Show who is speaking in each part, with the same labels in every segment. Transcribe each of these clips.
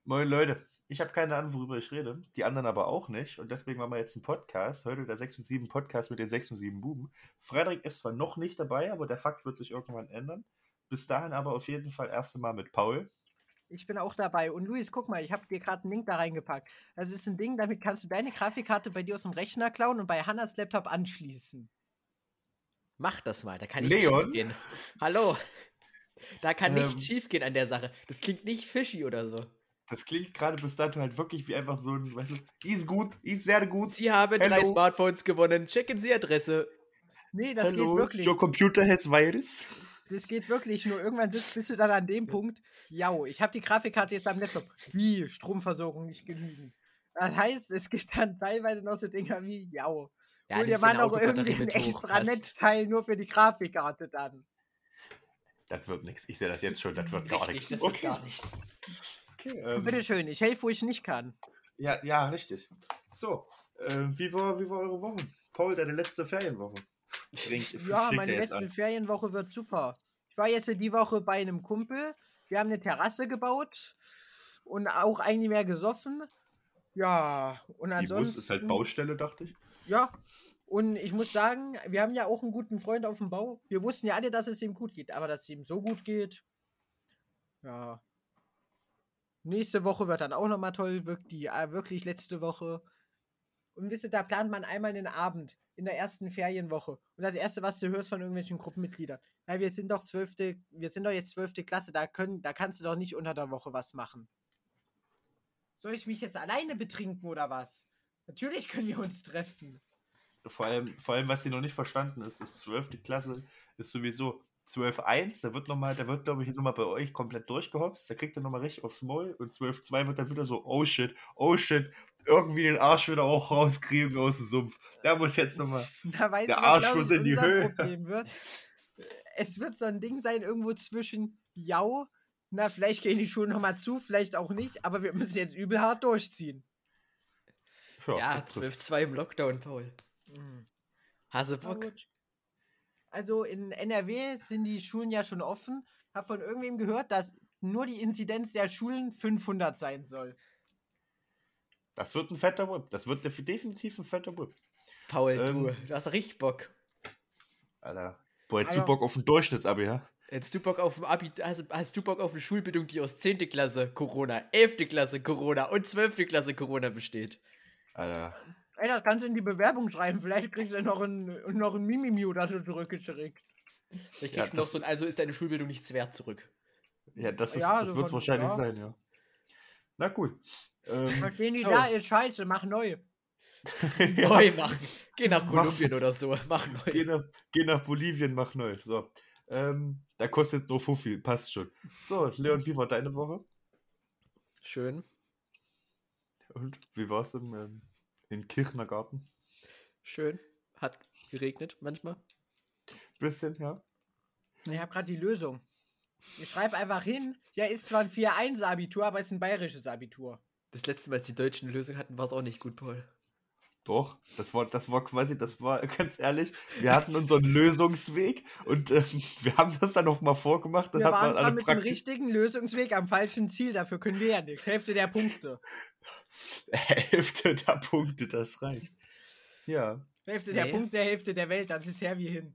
Speaker 1: Moin Leute, ich habe keine Ahnung, worüber ich rede, die anderen aber auch nicht und deswegen machen wir jetzt einen Podcast, heute der 6 und 7 Podcast mit den 6 und 7 Buben. Frederik ist zwar noch nicht dabei, aber der Fakt wird sich irgendwann ändern. Bis dahin aber auf jeden Fall erst einmal mit Paul.
Speaker 2: Ich bin auch dabei. Und Luis, guck mal, ich habe dir gerade einen Link da reingepackt. Das ist ein Ding, damit kannst du deine Grafikkarte bei dir aus dem Rechner klauen und bei Hannas Laptop anschließen.
Speaker 3: Mach das mal, da kann nicht
Speaker 1: Leon?
Speaker 3: schief gehen. Hallo, da kann nichts schief gehen an der Sache. Das klingt nicht fishy oder so.
Speaker 1: Das klingt gerade bis dato halt wirklich wie einfach so ein, weißt du, ist gut, ist sehr gut.
Speaker 3: Sie haben 3 Smartphones gewonnen, checken Sie Adresse.
Speaker 2: Nee, das geht wirklich.
Speaker 1: Your computer has virus.
Speaker 2: Das geht wirklich, nur irgendwann bist du dann an dem Punkt, ich habe die Grafikkarte jetzt am Laptop. Wie? Stromversorgung nicht genügend. Das heißt, es gibt dann teilweise noch so Dinger wie, hol dir mal noch irgendwie ein extra Netzteil nur für die Grafikkarte dann.
Speaker 1: Das wird nichts. Ich sehe das jetzt schon, das wird gar nichts.
Speaker 3: Das wird gar nichts.
Speaker 2: Okay, bitteschön, ich helfe, wo ich nicht kann.
Speaker 1: Ja, richtig. So, wie war eure Woche? Paul, deine letzte Ferienwoche.
Speaker 2: Meine letzte Ferienwoche wird super. Ich war jetzt die Woche bei einem Kumpel. Wir haben eine Terrasse gebaut und auch eigentlich mehr gesoffen. Ja, und ansonsten...
Speaker 1: Die Bus ist halt Baustelle, dachte ich.
Speaker 2: Ja, und ich muss sagen, wir haben ja auch einen guten Freund auf dem Bau. Wir wussten ja alle, dass es ihm gut geht, aber dass es ihm so gut geht, ja. Nächste Woche wird dann auch nochmal toll, wirkt die wirklich letzte Woche. Und wisst ihr, da plant man einmal den Abend in der ersten Ferienwoche. Und das Erste, was du hörst von irgendwelchen Gruppenmitgliedern, wir sind doch jetzt 12. Klasse, da kannst du doch nicht unter der Woche was machen. Soll ich mich jetzt alleine betrinken oder was? Natürlich können wir uns treffen.
Speaker 1: Vor allem, was sie noch nicht verstanden ist 12. Klasse ist sowieso 12.1, der wird, glaube ich, nochmal bei euch komplett durchgehopst, der kriegt dann nochmal richtig aufs Maul und 12.2 wird dann wieder so, oh shit, irgendwie den Arsch wieder auch rauskriegen aus dem Sumpf. Der muss jetzt nochmal, der Arsch muss in die Höhe.
Speaker 2: Problem wird. Es wird so ein Ding sein, irgendwo zwischen, vielleicht gehen die Schulen nochmal zu, vielleicht auch nicht, aber wir müssen jetzt übel hart durchziehen.
Speaker 3: Ja, 12.2 im Lockdown, Paul. Hast du Bock?
Speaker 2: Also in NRW sind die Schulen ja schon offen. Hab von irgendwem gehört, dass nur die Inzidenz der Schulen 500 sein soll.
Speaker 1: Das wird ein fetter Whip. Das wird definitiv ein fetter Whip.
Speaker 3: Paul, du hast richtig Bock.
Speaker 1: Alter. Boah, jetzt du Bock auf ein Durchschnittsabi, ja?
Speaker 3: Hättest du Bock auf ein Abi, hast du Bock auf eine Schulbildung, die aus 10. Klasse Corona, 11. Klasse Corona und 12. Klasse Corona besteht?
Speaker 1: Alter.
Speaker 2: Ey, das kannst du in die Bewerbung schreiben. Vielleicht kriegst du noch ein Mimimi oder so zurückgeschickt.
Speaker 3: Vielleicht kriegst du noch so ein, also ist deine Schulbildung nichts wert zurück.
Speaker 1: Ja, das wird es wahrscheinlich sein, ja. Na gut.
Speaker 2: Verstehen die, da ist scheiße, mach neu.
Speaker 3: Neu machen. Geh nach Kolumbien oder so, mach neu.
Speaker 1: Geh nach Bolivien, mach neu. So. Da kostet nur Fuffi, passt schon. So, Leon, wie war deine Woche?
Speaker 3: Schön.
Speaker 1: Und wie war es im Kirchnergarten?
Speaker 3: Schön. Hat geregnet manchmal.
Speaker 1: Bisschen, ja.
Speaker 2: Ich habe gerade die Lösung. Ich schreibe einfach hin, ist zwar ein 4-1 Abitur, aber ist ein bayerisches Abitur.
Speaker 3: Das letzte Mal, als die Deutschen eine Lösung hatten, war es auch nicht gut, Paul.
Speaker 1: Doch, das war ganz ehrlich, wir hatten unseren Lösungsweg und wir haben das dann noch mal vorgemacht.
Speaker 2: Wir waren zwar mit dem richtigen Lösungsweg am falschen Ziel, dafür können wir ja nichts. Hälfte der Punkte.
Speaker 1: Hälfte der Punkte, das reicht. Ja.
Speaker 2: Hälfte der Punkte, Hälfte der Welt, das ist wie hin.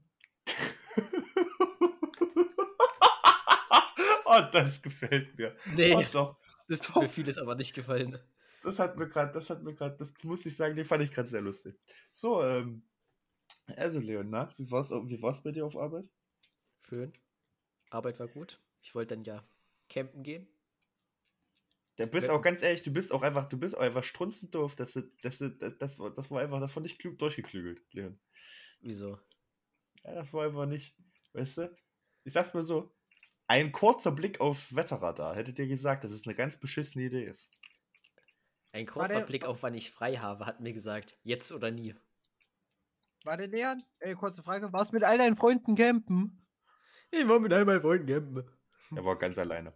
Speaker 1: Oh, das gefällt mir.
Speaker 3: Nee,
Speaker 1: oh, doch.
Speaker 3: Das tut mir vieles aber nicht gefallen.
Speaker 1: Das muss ich sagen, den fand ich gerade sehr lustig. So, also Leon, wie war's bei dir auf Arbeit?
Speaker 3: Schön. Arbeit war gut. Ich wollte dann ja campen gehen.
Speaker 1: Du bist auch ganz ehrlich, du bist auch einfach strunzend doof. Das war einfach, das war nicht klug durchgeklügelt, Leon.
Speaker 3: Wieso?
Speaker 1: Ja, das war einfach nicht, weißt du? Ich sag's mal so, ein kurzer Blick auf Wetterradar hätte dir gesagt, dass es eine ganz beschissene Idee ist.
Speaker 3: Ein kurzer Blick auf wann ich frei habe, hat mir gesagt, jetzt oder nie.
Speaker 2: Warte, Leon, kurze Frage, warst du mit all deinen Freunden campen?
Speaker 3: Ich war mit all meinen Freunden campen.
Speaker 1: Er war ganz alleine.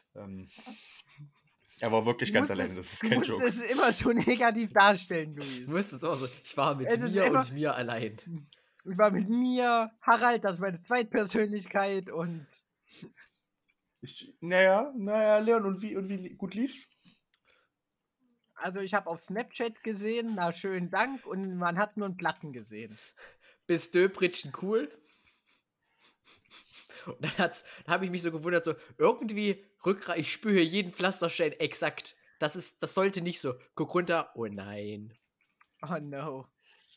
Speaker 1: Er war wirklich ganz alleine, das ist kein Joke.
Speaker 2: Du musst es immer so negativ darstellen, Luis.
Speaker 3: Du musst es auch so, ich war mit mir und mir allein.
Speaker 2: Ich war mit mir, Harald, das ist meine Zweitpersönlichkeit und...
Speaker 1: Naja, Leon, und wie gut lief's?
Speaker 2: Also ich habe auf Snapchat gesehen, na schönen Dank, und man hat nur einen Platten gesehen.
Speaker 3: Bis Döbritschen cool. Und dann habe ich mich so gewundert, so irgendwie Rückgrat, ich spüre hier jeden Pflasterstein exakt. Das sollte nicht so. Guck runter, oh nein.
Speaker 2: Oh no.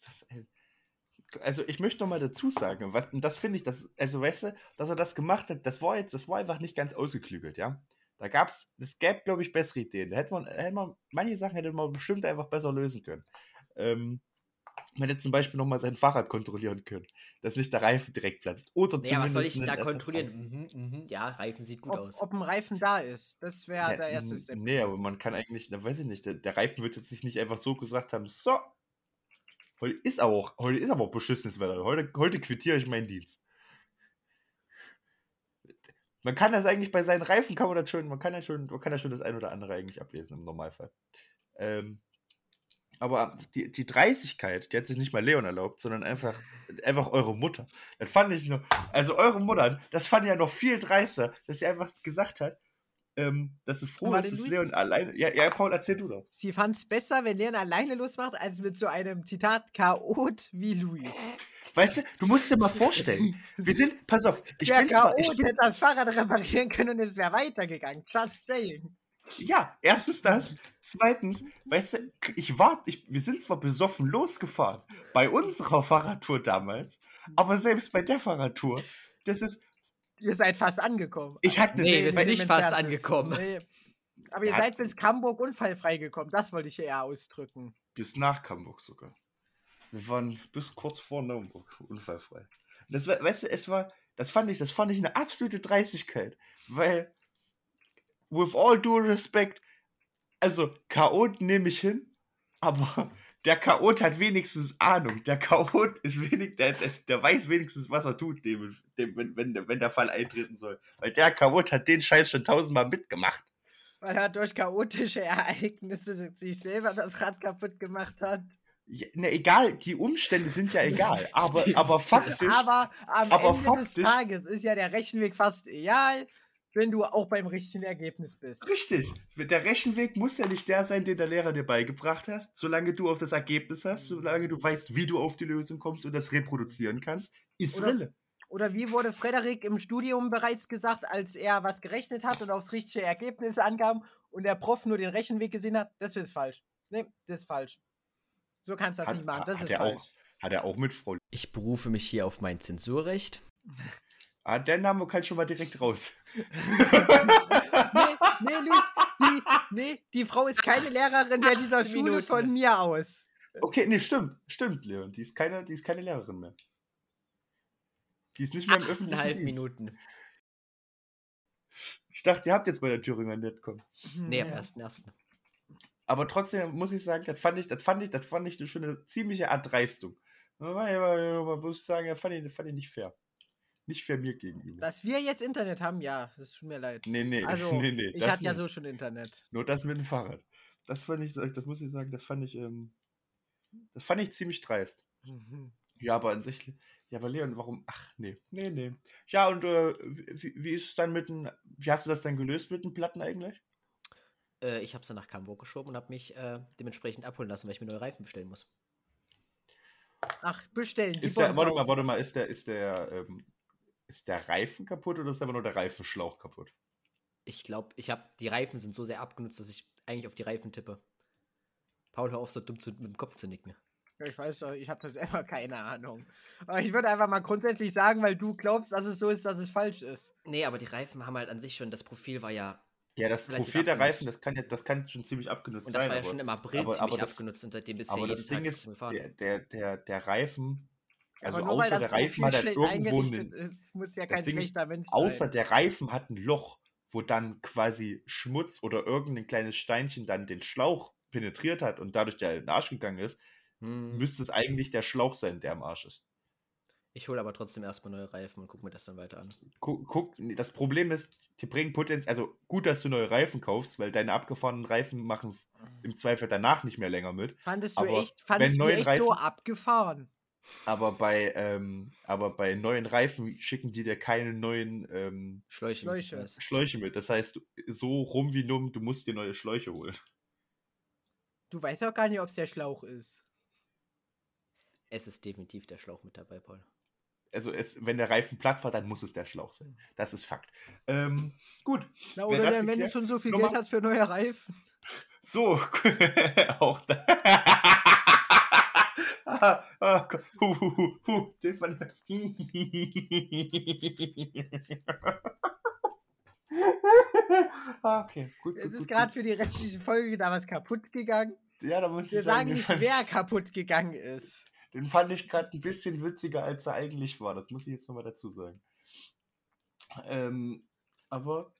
Speaker 1: Also ich möchte noch mal dazu sagen, und das finde ich, also weißt du, dass er das gemacht hat, das war einfach nicht ganz ausgeklügelt, ja. Es gäbe, glaube ich, bessere Ideen. Manche Sachen hätte man bestimmt einfach besser lösen können. Man hätte zum Beispiel noch mal sein Fahrrad kontrollieren können, dass nicht der Reifen direkt platzt. Oder
Speaker 3: Ja, was soll ich
Speaker 1: zumindest
Speaker 3: denn da
Speaker 1: einen
Speaker 3: kontrollieren? Ja, Reifen sieht gut aus.
Speaker 2: Ob ein Reifen da ist, das wäre der erste Step.
Speaker 1: Nee, aber man kann eigentlich, da weiß ich nicht, der Reifen wird jetzt nicht einfach so gesagt haben, so, heute ist aber auch beschissenes Wetter. Heute quittiere ich meinen Dienst. Man kann das eigentlich bei seinen Reifen, man kann ja schon das ein oder andere eigentlich ablesen im Normalfall. Aber die Dreistigkeit, die hat sich nicht mal Leon erlaubt, sondern einfach eure Mutter. Das fand ich noch, also eure Mutter, das fand ich ja noch viel dreister, dass sie einfach gesagt hat, dass sie froh ist, dass Leon alleine. Ja, Paul, erzähl du doch.
Speaker 2: Sie fand es besser, wenn Leon alleine losmacht, als mit so einem Zitat Chaot wie Luis.
Speaker 1: Weißt du, du musst dir mal vorstellen, pass auf,
Speaker 2: ich hätte das Fahrrad reparieren können und es wäre weitergegangen. Just saying.
Speaker 1: Ja, erstens das. Zweitens, weißt du, wir sind zwar besoffen losgefahren, bei unserer Fahrradtour damals, aber selbst bei der Fahrradtour,
Speaker 2: ihr seid fast angekommen.
Speaker 3: Wir sind nicht fast angekommen.
Speaker 2: Nee. Aber ihr seid bis Hamburg unfallfrei gekommen, das wollte ich eher ausdrücken.
Speaker 1: Bis nach Hamburg sogar. Wir waren bis kurz vor Nürnberg unfallfrei. Das fand ich eine absolute Dreistigkeit, weil with all due respect, also Chaot nehme ich hin, aber der Chaot hat wenigstens Ahnung. Der Chaot ist der weiß wenigstens, was er tut, wenn der Fall eintreten soll. Weil der Chaot hat den Scheiß schon 1000-mal mitgemacht.
Speaker 2: Weil er durch chaotische Ereignisse sich selber das Rad kaputt gemacht hat.
Speaker 1: Ja, egal, die Umstände sind ja egal, aber faktisch.
Speaker 2: Aber am Ende des Tages ist ja der Rechenweg fast egal, wenn du auch beim richtigen Ergebnis bist.
Speaker 1: Richtig. Der Rechenweg muss ja nicht der sein, den der Lehrer dir beigebracht hat. Solange du auf das Ergebnis hast, solange du weißt, wie du auf die Lösung kommst und das reproduzieren kannst, ist Rille.
Speaker 2: Oder wie wurde Frederik im Studium bereits gesagt, als er was gerechnet hat und aufs richtige Ergebnis ankam und der Prof nur den Rechenweg gesehen hat? Das ist falsch. Nee, das ist falsch. So kannst du das nicht machen. Das ist falsch.
Speaker 1: Hat er auch mit Frau.
Speaker 3: Ich berufe mich hier auf mein Zensurrecht.
Speaker 1: Den Namen kann schon mal direkt raus.
Speaker 2: Die Frau ist keine Lehrerin der dieser Schule von mir aus.
Speaker 1: Okay, nee, stimmt, Leon. Die ist keine Lehrerin mehr. Die ist nicht mehr im öffentlichen Dienst.
Speaker 3: Minuten.
Speaker 1: Ich dachte, ihr habt jetzt bei der Thüringer Netcom.
Speaker 3: Nee, am 1.1.
Speaker 1: Aber trotzdem muss ich sagen, das fand ich schon eine ziemliche Erdreistung. Man muss sagen, das fand ich nicht fair. Nicht fair mir gegenüber.
Speaker 2: Dass wir jetzt Internet haben, ja, das tut mir leid.
Speaker 1: Nee.
Speaker 2: Also,
Speaker 1: nee,
Speaker 2: ich hatte ja so schon Internet.
Speaker 1: Nur das mit dem Fahrrad. Das muss ich sagen, das fand ich ziemlich dreist.
Speaker 2: Mhm.
Speaker 1: Ja, aber an sich, ja, aber Leon, warum? Ach, nee. Ja, und wie ist es dann wie hast du das dann gelöst mit den Platten eigentlich?
Speaker 3: Ich habe es dann nach Hamburg geschoben und habe mich dementsprechend abholen lassen, weil ich mir neue Reifen bestellen muss.
Speaker 2: Ach, bestellen.
Speaker 1: Warte mal, ist der Reifen kaputt oder ist einfach nur der Reifenschlauch kaputt?
Speaker 3: Ich glaube, die Reifen sind so sehr abgenutzt, dass ich eigentlich auf die Reifen tippe. Paul, hör auf, so dumm mit dem Kopf zu nicken.
Speaker 2: Ja, ich weiß doch, ich habe da selber keine Ahnung. Aber ich würde einfach mal grundsätzlich sagen, weil du glaubst, dass es so ist, dass es falsch ist.
Speaker 3: Nee, aber die Reifen haben halt an sich schon, das Profil war ja.
Speaker 1: Ja, das Profil der Reifen, das kann schon ziemlich abgenutzt sein.
Speaker 3: Und das war ja schon im April ziemlich abgenutzt und seitdem bisher jeden
Speaker 1: Tag
Speaker 3: ist,
Speaker 1: gefahren. Der Reifen, also
Speaker 2: nur
Speaker 1: außer der Reifen hat irgendwo
Speaker 2: muss ja kein schlechter Mensch sein.
Speaker 1: Außer der Reifen hat ein Loch, wo dann quasi Schmutz oder irgendein kleines Steinchen dann den Schlauch penetriert hat und dadurch der in den Arsch gegangen ist, müsste es eigentlich der Schlauch sein, der am Arsch ist.
Speaker 3: Ich hole aber trotzdem erstmal neue Reifen und gucke mir das dann weiter an.
Speaker 1: Das Problem ist, die bringen also gut, dass du neue Reifen kaufst, weil deine abgefahrenen Reifen machen es im Zweifel danach nicht mehr länger mit.
Speaker 2: Fandest du echt so abgefahren?
Speaker 1: Aber bei neuen Reifen schicken die dir keine neuen Schläuche mit. Das heißt, so rum wie dumm, du musst dir neue Schläuche holen.
Speaker 2: Du weißt auch gar nicht, ob es der Schlauch ist.
Speaker 3: Es ist definitiv der Schlauch mit dabei, Paul.
Speaker 1: Also wenn der Reifen platt war, dann muss es der Schlauch sein. Das ist Fakt. Gut.
Speaker 2: Na,
Speaker 1: Wer
Speaker 2: oder
Speaker 1: das
Speaker 2: denn, wenn du
Speaker 1: geklärt-
Speaker 2: schon so viel
Speaker 1: Nochmal-
Speaker 2: Geld hast für neue Reifen.
Speaker 1: So, auch da. Den fand okay, gut.
Speaker 2: Es ist gerade für die restliche Folge da was kaputt gegangen.
Speaker 1: Ja, da muss
Speaker 2: Wir
Speaker 1: ich sagen,
Speaker 2: sagen nicht, wer kaputt gegangen ist.
Speaker 1: den fand ich gerade ein bisschen witziger, als er eigentlich war. Das muss ich jetzt nochmal dazu sagen. Aber,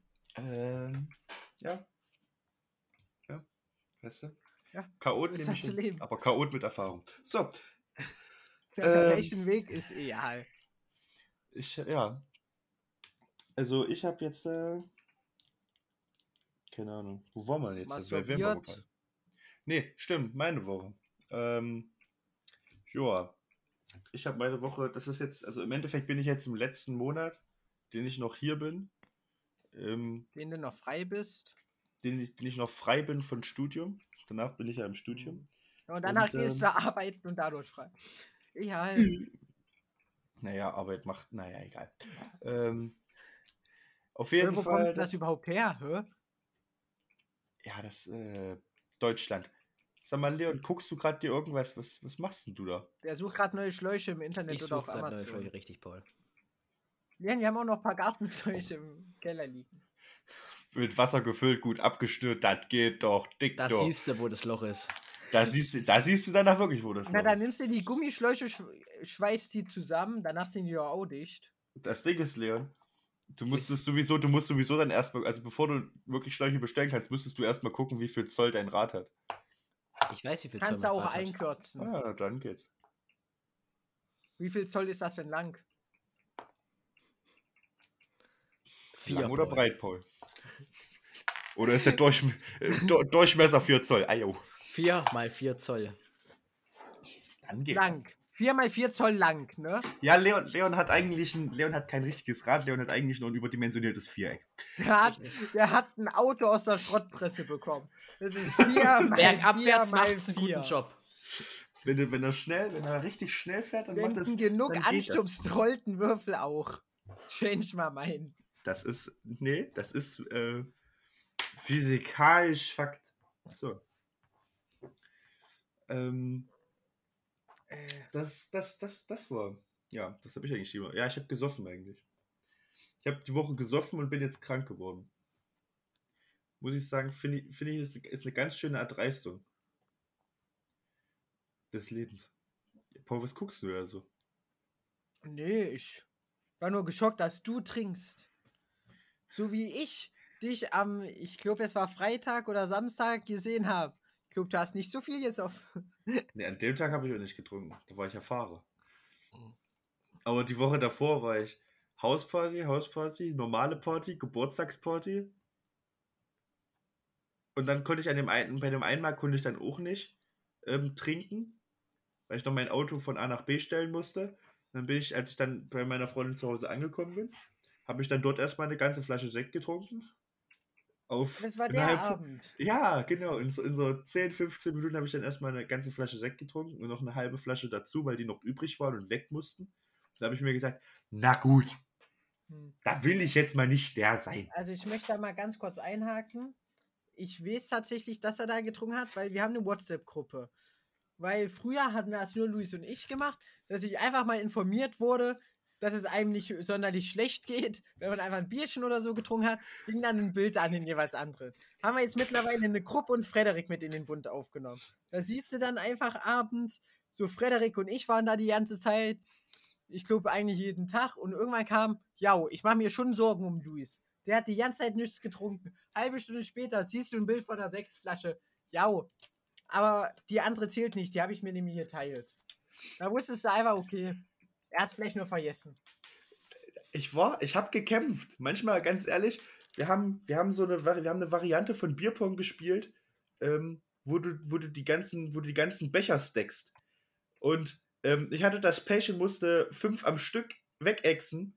Speaker 1: ja. Ja, weißt du?
Speaker 2: Ja,
Speaker 1: Chaot
Speaker 2: das
Speaker 1: nehme ich
Speaker 2: hast du
Speaker 1: hin,
Speaker 2: Leben.
Speaker 1: aber Chaot mit Erfahrung. So,
Speaker 2: Welchen Weg ist egal.
Speaker 1: Also ich habe jetzt, keine Ahnung, wo waren wir denn jetzt? Also, wer waren wir
Speaker 2: Masturbiert.
Speaker 1: gerade? Nee, stimmt, meine Woche. Ja, ich habe meine Woche, das ist jetzt, also im Endeffekt bin ich jetzt im letzten Monat, den ich noch hier bin,
Speaker 2: Den du noch frei bist.
Speaker 1: den ich noch frei bin von Studium. Danach bin ich ja im Studium.
Speaker 2: Und danach
Speaker 1: Und,
Speaker 2: gehst du arbeiten und dadurch frei. Ja,
Speaker 1: Naja, Arbeit macht, naja, egal. Auf jeden
Speaker 2: wo
Speaker 1: Fall.
Speaker 2: kommt das überhaupt her? Hä?
Speaker 1: Ja, das, Deutschland. Sag mal, Leon, guckst du gerade dir irgendwas? Was machst denn du da?
Speaker 2: Der sucht gerade neue Schläuche im Internet
Speaker 3: Ich
Speaker 2: oder auf
Speaker 3: suche gerade neue
Speaker 2: Amazon.
Speaker 3: Schläuche, richtig, Paul.
Speaker 2: Ja, wir haben auch noch ein paar Gartenschläuche im Keller liegen.
Speaker 1: Mit Wasser gefüllt, gut abgestürzt, das geht doch, dick
Speaker 3: Da
Speaker 1: doch.
Speaker 3: siehst du, wo das Loch ist.
Speaker 1: Da siehst du danach wirklich, wo das
Speaker 2: Na,
Speaker 1: Loch
Speaker 2: dann
Speaker 1: ist.
Speaker 2: nimmst du die Gummischläuche, schweißt die zusammen, danach sind die ja auch dicht.
Speaker 1: Das Ding ist, Leon, du musst
Speaker 3: Das-
Speaker 1: sowieso dann erstmal, also bevor du wirklich Schläuche bestellen kannst, müsstest du erstmal gucken, wie viel Zoll dein Rad hat.
Speaker 3: Ich weiß, wie viel
Speaker 2: Kannst du
Speaker 3: mein
Speaker 2: auch
Speaker 3: Rad hat.
Speaker 2: einkürzen.
Speaker 1: Ah, na, dann geht's.
Speaker 2: Wie viel Zoll ist das denn lang?
Speaker 3: 4,
Speaker 1: Lang oder
Speaker 3: Paul.
Speaker 1: breit, Paul? Oder ist der Durchmesser 4 Zoll? Ajo.
Speaker 3: 4 mal 4 Zoll.
Speaker 1: Dann geht's.
Speaker 2: Lang. 4 mal 4 Zoll lang, ne?
Speaker 1: Ja, Leon hat kein richtiges Rad, Leon hat eigentlich nur ein überdimensioniertes Viereck.
Speaker 2: Der hat ein Auto aus der Schrottpresse bekommen. Das ist 4 mal 4
Speaker 3: Bergabwärts
Speaker 2: mal
Speaker 3: macht's einen
Speaker 2: 4.
Speaker 3: guten Job.
Speaker 1: Wenn er richtig schnell fährt, dann
Speaker 2: Wenn
Speaker 1: macht das.
Speaker 2: du genug
Speaker 1: dann geht das.
Speaker 2: anstupst, rollt ein Würfel auch. Change my mind.
Speaker 1: Das ist physikalisch Fakt. So. Das war. Ja, das habe ich eigentlich immer. Ja, ich habe gesoffen eigentlich. Ich habe die Woche gesoffen und bin jetzt krank geworden. Muss ich sagen, finde ich, ist eine ganz schöne Erdreistung des Lebens. Paul, was guckst du da so?
Speaker 2: Nee, ich war nur geschockt, dass du trinkst. So wie ich dich ich glaube, es war Freitag oder Samstag gesehen habe. Ich glaube, du hast nicht so viel gesoffen.
Speaker 1: Ne, an dem Tag habe ich auch nicht getrunken. Da war ich ja Fahrer. Aber die Woche davor war ich Hausparty, normale Party, Geburtstagsparty. Und dann konnte ich bei dem einen Mal konnte ich dann auch nicht trinken, weil ich noch mein Auto von A nach B stellen musste. Dann bin ich, als ich dann bei meiner Freundin zu Hause angekommen bin, habe ich dann dort erstmal eine ganze Flasche Sekt getrunken.
Speaker 2: Das war der Abend.
Speaker 1: Ja, genau. In so 10, 15 Minuten habe ich dann erstmal eine ganze Flasche Sekt getrunken und noch eine halbe Flasche dazu, weil die noch übrig waren und weg mussten. Da habe ich mir gesagt, na gut, da will ich jetzt mal nicht der sein.
Speaker 2: Also ich möchte da mal ganz kurz einhaken. Ich weiß tatsächlich, dass er da getrunken hat, weil wir haben eine WhatsApp-Gruppe. Weil früher hatten das nur Luis und ich gemacht, dass ich einfach mal informiert wurde, dass es einem nicht sonderlich schlecht geht, wenn man einfach ein Bierchen oder so getrunken hat, ging dann ein Bild an den jeweils anderen. Haben wir jetzt mittlerweile eine Gruppe und Frederik mit in den Bund aufgenommen. Da siehst du dann einfach abends, so Frederik und ich waren da die ganze Zeit, ich glaube eigentlich jeden Tag, und irgendwann kam, ja, ich mache mir schon Sorgen um Luis. Der hat die ganze Zeit nichts getrunken. Halbe Stunde später siehst du ein Bild von der Sektflasche. Ja, aber die andere zählt nicht, die habe ich mir nämlich geteilt. Da wusstest du einfach, okay, er hat es vielleicht nur vergessen.
Speaker 1: Ich habe gekämpft. Manchmal, ganz ehrlich, wir haben eine Variante von Bierpong gespielt, wo du die ganzen Becher stackst. Und ich hatte das Pech und musste 5 am Stück wegexen.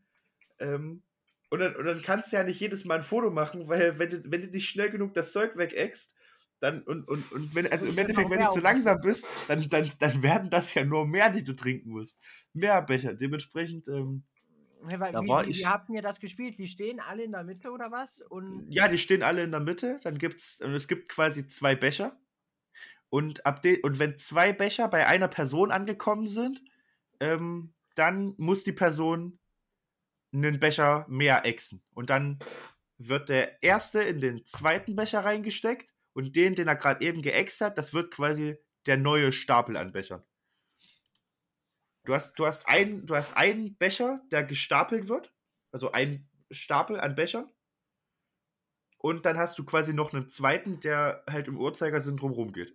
Speaker 1: Und dann kannst du ja nicht jedes Mal ein Foto machen, weil wenn du nicht schnell genug das Zeug wegexst, dann und wenn, also im
Speaker 2: Und dann
Speaker 1: Endeffekt,
Speaker 2: noch
Speaker 1: wenn
Speaker 2: mehr
Speaker 1: du zu langsam bist, dann werden das ja nur mehr, die du trinken musst. Mehr Becher. Dementsprechend, da war
Speaker 2: Wie
Speaker 1: ich.
Speaker 2: habt ihr das gespielt? Die stehen alle in der Mitte oder was? Und
Speaker 1: Ja, die stehen alle in der Mitte. Es gibt quasi 2 Becher. Und wenn 2 Becher bei einer Person angekommen sind, dann muss die Person einen Becher mehr exen. Und dann wird der erste in den zweiten Becher reingesteckt und den er gerade eben geäxt hat, das wird quasi der neue Stapel an Bechern. Du hast einen Becher, der gestapelt wird, also ein Stapel an Bechern. Und dann hast du quasi noch einen zweiten, der halt im Uhrzeigersinn drumherum geht.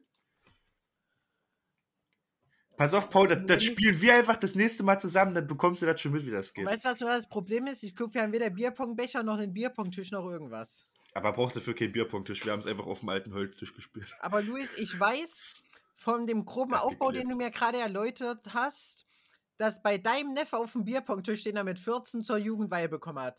Speaker 1: Pass auf, Paul, das spielen wir einfach das nächste Mal zusammen, dann bekommst du das schon mit, wie das geht.
Speaker 2: weißt du, was so das Problem ist? Ich glaube, wir haben weder Bierpongbecher noch einen Bierpongtisch noch irgendwas.
Speaker 1: Aber braucht dafür keinen Bierpongtisch, wir haben es einfach auf dem alten Holztisch gespielt.
Speaker 2: Aber Luis, ich weiß von dem groben
Speaker 1: Ja,
Speaker 2: Aufbau,
Speaker 1: geklebt.
Speaker 2: den du mir gerade erläutert hast, dass bei deinem Neffe auf dem Bierpongtisch, den er mit 14 zur Jugendweihe bekommen hat,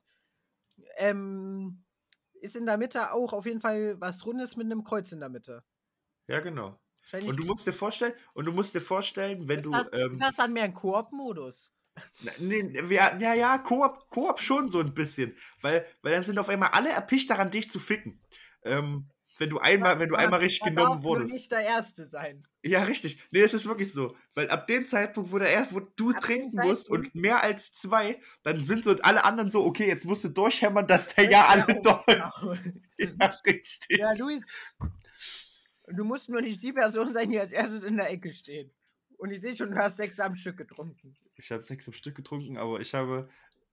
Speaker 2: ist in der Mitte auch auf jeden Fall was Rundes mit einem Kreuz in der Mitte.
Speaker 1: Ja, genau.
Speaker 2: Wahrscheinlich-
Speaker 1: Und du musst dir vorstellen, wenn
Speaker 2: ist
Speaker 1: du.
Speaker 2: das dann mehr ein Koop-Modus?
Speaker 1: Ja, Koop schon so ein bisschen. Weil dann sind auf einmal alle erpicht daran, dich zu ficken. Wenn du einmal richtig
Speaker 2: Man
Speaker 1: genommen
Speaker 2: darf nur
Speaker 1: wurdest.
Speaker 2: nicht der Erste sein.
Speaker 1: Ja, richtig. Nee, es ist wirklich so. Weil ab dem Zeitpunkt, wo du
Speaker 2: Ab
Speaker 1: trinken
Speaker 2: dem
Speaker 1: musst
Speaker 2: Zeitpunkt-
Speaker 1: und mehr als 2, dann sind so alle anderen so, okay, jetzt musst du durchhämmern, dass der ja alle durch. Ja, richtig.
Speaker 2: Ja, Luis, du musst nur nicht die Person sein, die als erstes in der Ecke steht. Und ich sehe schon, du hast 6 am Stück getrunken.
Speaker 1: Ich habe 6 am Stück getrunken, aber ich habe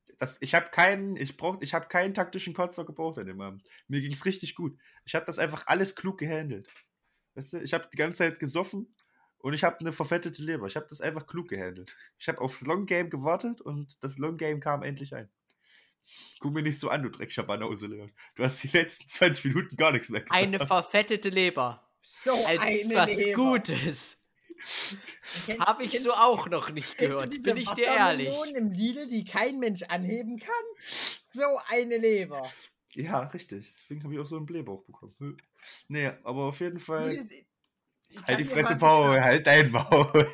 Speaker 1: keinen taktischen Kotzer gebraucht an dem Abend. Mir ging es richtig gut. Ich habe das einfach alles klug gehandelt. Weißt du, ich habe die ganze Zeit gesoffen und ich habe eine verfettete Leber. Ich habe das einfach klug gehandelt. Ich habe aufs Long Game gewartet und das Long Game kam endlich ein. Guck mir nicht so an, du dreckiger Banause, Leon. Du hast die letzten 20 Minuten gar nichts mehr gesagt.
Speaker 3: Eine verfettete Leber.
Speaker 2: So
Speaker 3: Als
Speaker 2: eine
Speaker 3: was
Speaker 2: Leber.
Speaker 3: Gutes. Habe ich so auch noch nicht gehört, bin ich dir ehrlich.
Speaker 2: Wassermelonen im Lidl, die kein Mensch anheben kann? So eine Leber.
Speaker 1: Ja, richtig. Deswegen habe ich auch so einen Blähbauch bekommen. Nee, aber auf jeden Fall.
Speaker 2: Luis, ich kann
Speaker 1: Halt die
Speaker 2: dir
Speaker 1: Fresse,
Speaker 2: mal
Speaker 1: Paul,
Speaker 2: sagen-
Speaker 1: halt dein Maul.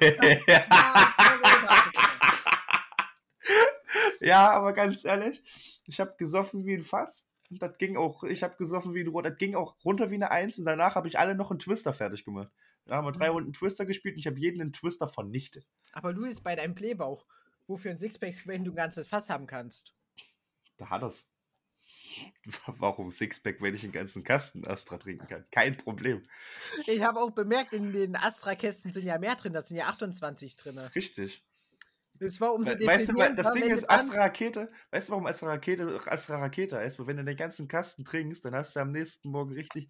Speaker 1: Ja, aber ganz ehrlich, ich habe gesoffen wie ein Fass. Und ich habe gesoffen wie ein Rohr. Das ging auch runter wie eine 1 und danach habe ich alle noch einen Twister fertig gemacht. Da haben wir 3 Runden Twister gespielt und ich habe jeden einen Twister vernichtet.
Speaker 2: Aber Luis, bei deinem Blähbauch, wofür ein Sixpack, wenn du ein ganzes Fass haben kannst?
Speaker 1: Da hat er's. Warum Sixpack, wenn ich einen ganzen Kasten Astra trinken kann? Kein Problem.
Speaker 2: Ich habe auch bemerkt, in den Astra-Kästen sind ja mehr drin, da sind ja 28 drin.
Speaker 1: Richtig.
Speaker 2: Das war umso
Speaker 1: Weißt du,
Speaker 2: deprimierender,
Speaker 1: das Ding
Speaker 2: wenn
Speaker 1: ist
Speaker 2: du dann-
Speaker 1: Astra Rakete. Weißt du, warum Astra Rakete heißt? Weil wenn du den ganzen Kasten trinkst, dann hast du am nächsten Morgen richtig.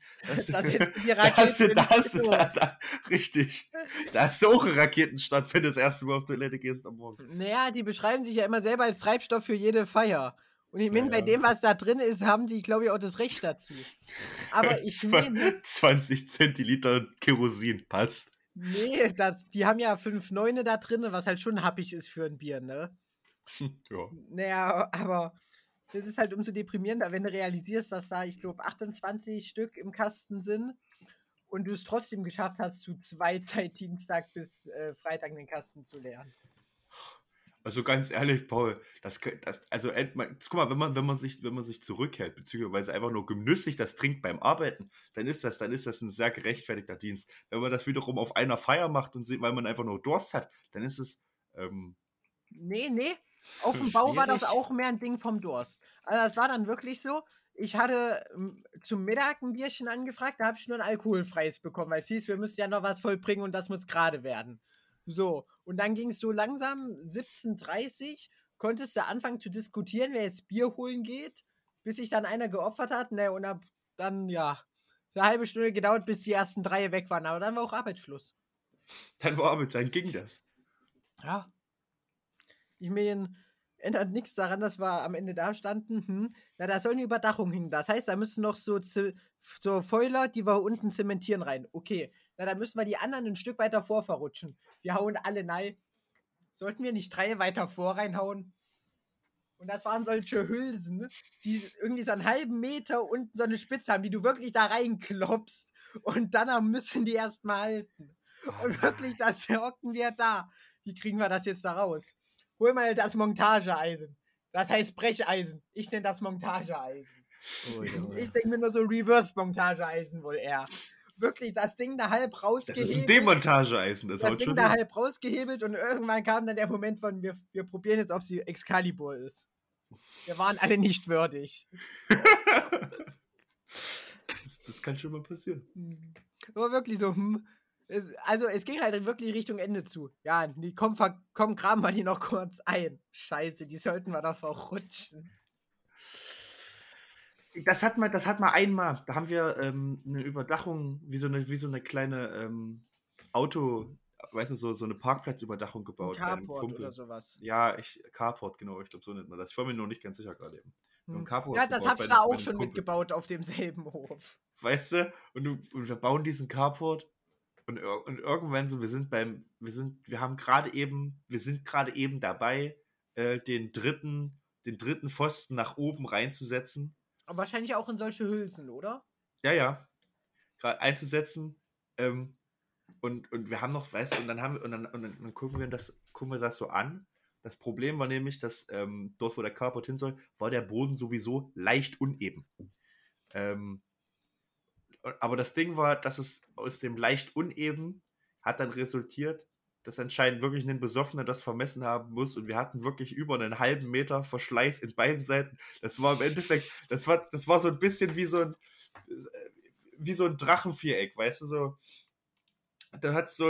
Speaker 1: Richtig. Da ist auch ein Raketenstart, wenn du das erste Mal auf Toilette gehst am Morgen.
Speaker 2: Naja, die beschreiben sich ja immer selber als Treibstoff für jede Feier. Und ich meine, bei dem, was da drin ist, haben die, glaube ich, auch das Recht dazu. Aber ich meine,
Speaker 1: 20 Zentiliter Kerosin, passt.
Speaker 2: nee, die haben ja 5,9 da drin, was halt schon happig ist für ein Bier, ne?
Speaker 1: Ja.
Speaker 2: Naja, aber das ist halt umso deprimierender, wenn du realisierst, dass da, ich glaube, 28 Stück im Kasten sind und du es trotzdem geschafft hast, zu 2 Zeit Dienstag bis Freitag den Kasten zu leeren.
Speaker 1: Also ganz ehrlich, Paul, guck mal, wenn man sich zurückhält, beziehungsweise einfach nur genüsslich das trinkt beim Arbeiten, dann ist das ein sehr gerechtfertigter Dienst. Wenn man das wiederum auf einer Feier macht und weil man einfach nur Durst hat, dann ist es,
Speaker 2: Nee. Auf dem Bau war das
Speaker 1: schwierig.
Speaker 2: auch mehr ein Ding vom Durst. Also es war dann wirklich so, ich hatte zum Mittag ein Bierchen angefragt, da habe ich nur ein alkoholfreies bekommen, weil es hieß, wir müssen ja noch was vollbringen und das muss gerade werden. So, und dann ging es so langsam, 17:30 Uhr, konntest du anfangen zu diskutieren, wer jetzt Bier holen geht, bis sich dann einer geopfert hat, ne, und dann, ja, so eine halbe Stunde gedauert, bis die ersten 3 weg waren, aber dann war auch Arbeitsschluss.
Speaker 1: dann ging das.
Speaker 2: Ja. Ich meine, ändert nichts daran, dass wir am Ende da standen. Na, da soll eine Überdachung hin. Das heißt, da müssen noch so Fäuler, die wir unten zementieren, rein. Okay. Na, da müssen wir die anderen ein Stück weiter vor verrutschen. Wir hauen alle nein. Sollten wir nicht 3 weiter vor reinhauen? Und das waren solche Hülsen, die irgendwie so einen halben Meter unten so eine Spitze haben, die du wirklich da reinklopfst Und dann müssen die erstmal halten. Und wirklich, das hocken wir da. Wie kriegen wir das jetzt da raus? Hol mal das Montageeisen. Das heißt Brecheisen. Ich nenne das Montageeisen.
Speaker 3: Oh, Junge.
Speaker 2: Ich denke mir nur so Reverse-Montageeisen wohl eher. Wirklich, das Ding da halb
Speaker 1: Das
Speaker 2: rausgehebelt.
Speaker 1: ist ein Demontageeisen, das
Speaker 2: Das
Speaker 1: haut
Speaker 2: Ding
Speaker 1: schon
Speaker 2: da
Speaker 1: hin.
Speaker 2: halb rausgehebelt und irgendwann kam dann der Moment von, wir probieren jetzt, ob sie Excalibur ist. Wir waren alle nicht würdig.
Speaker 1: Das kann schon mal passieren.
Speaker 2: Aber wirklich so, es ging halt wirklich Richtung Ende zu. Ja, die komm, graben wir die noch kurz ein. Scheiße, die sollten wir doch verrutschen.
Speaker 1: Das hat man einmal. Da haben wir eine Überdachung, wie so eine kleine Auto, weißt du, so eine Parkplatzüberdachung
Speaker 2: Ein
Speaker 1: gebaut. bei einem
Speaker 2: Carport
Speaker 1: Kumpel.
Speaker 2: oder sowas.
Speaker 1: Ja, Carport, genau, ich glaube, so nennt man das. Ich war mir noch nicht ganz sicher gerade eben. Ein Carport
Speaker 2: Ja, das
Speaker 1: gebaut
Speaker 2: hab
Speaker 1: bei
Speaker 2: ich da
Speaker 1: bei
Speaker 2: auch
Speaker 1: einem
Speaker 2: schon
Speaker 1: Kumpel.
Speaker 2: mitgebaut auf demselben Hof.
Speaker 1: Weißt du? Und wir bauen diesen Carport und irgendwann so, wir sind gerade eben dabei, den dritten Pfosten nach oben reinzusetzen.
Speaker 2: Aber wahrscheinlich auch in solche Hülsen, oder?
Speaker 1: Ja, gerade einzusetzen. Und wir haben noch, weißt du, und dann gucken wir das so an. Das Problem war nämlich, dass dort, wo der Carport hin soll, war der Boden sowieso leicht uneben. Aber das Ding war, dass es aus dem leicht uneben hat dann resultiert, dass anscheinend wirklich ein Besoffener das vermessen haben muss und wir hatten wirklich über einen halben Meter Verschleiß in beiden Seiten. Das war im Endeffekt, das war so ein bisschen wie so ein Drachenviereck, weißt du, so. Du hattest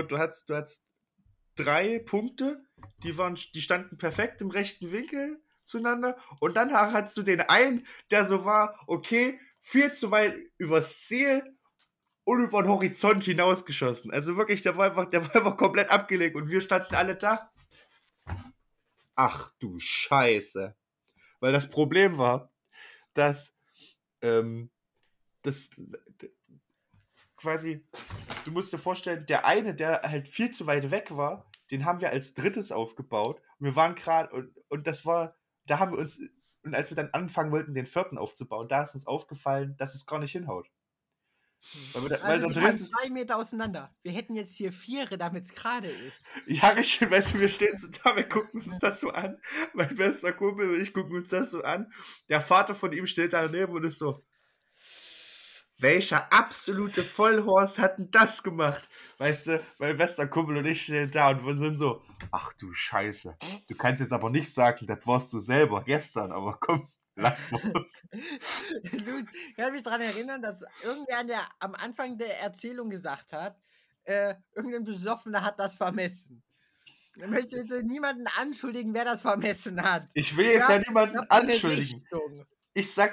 Speaker 1: 3 Punkte, die standen perfekt im rechten Winkel zueinander und dann hattest du den einen, der so war, okay, viel zu weit übers Ziel und über den Horizont hinausgeschossen. Also wirklich, der war einfach komplett abgelegt und wir standen alle da. Ach du Scheiße. Weil das Problem war, dass das quasi, du musst dir vorstellen, der eine, der halt viel zu weit weg war, den haben wir als drittes aufgebaut. Und wir waren gerade, und das war, da haben wir uns, und als wir dann anfangen wollten, den vierten aufzubauen, da ist uns aufgefallen, dass es gar nicht hinhaut.
Speaker 2: Also die waren 2 Meter auseinander. Wir hätten jetzt hier 4, damit es gerade ist.
Speaker 1: Ja, richtig, weißt du, wir stehen so da, wir gucken uns das so an. Mein bester Kumpel und ich gucken uns das so an. Der Vater von ihm steht da daneben und ist so, welcher absolute Vollhorst hat denn das gemacht? Weißt du, mein bester Kumpel und ich stehen da und wir sind so, ach du Scheiße. Du kannst jetzt aber nicht sagen, das warst du selber gestern, aber komm, lass mal's.
Speaker 2: Ich kann mich daran erinnern, dass irgendwer am Anfang der Erzählung gesagt hat, irgendein Besoffener hat das vermessen. Ich möchte jetzt niemanden anschuldigen, wer das vermessen hat.
Speaker 1: Ich will jetzt ja niemanden anschuldigen. Ich sag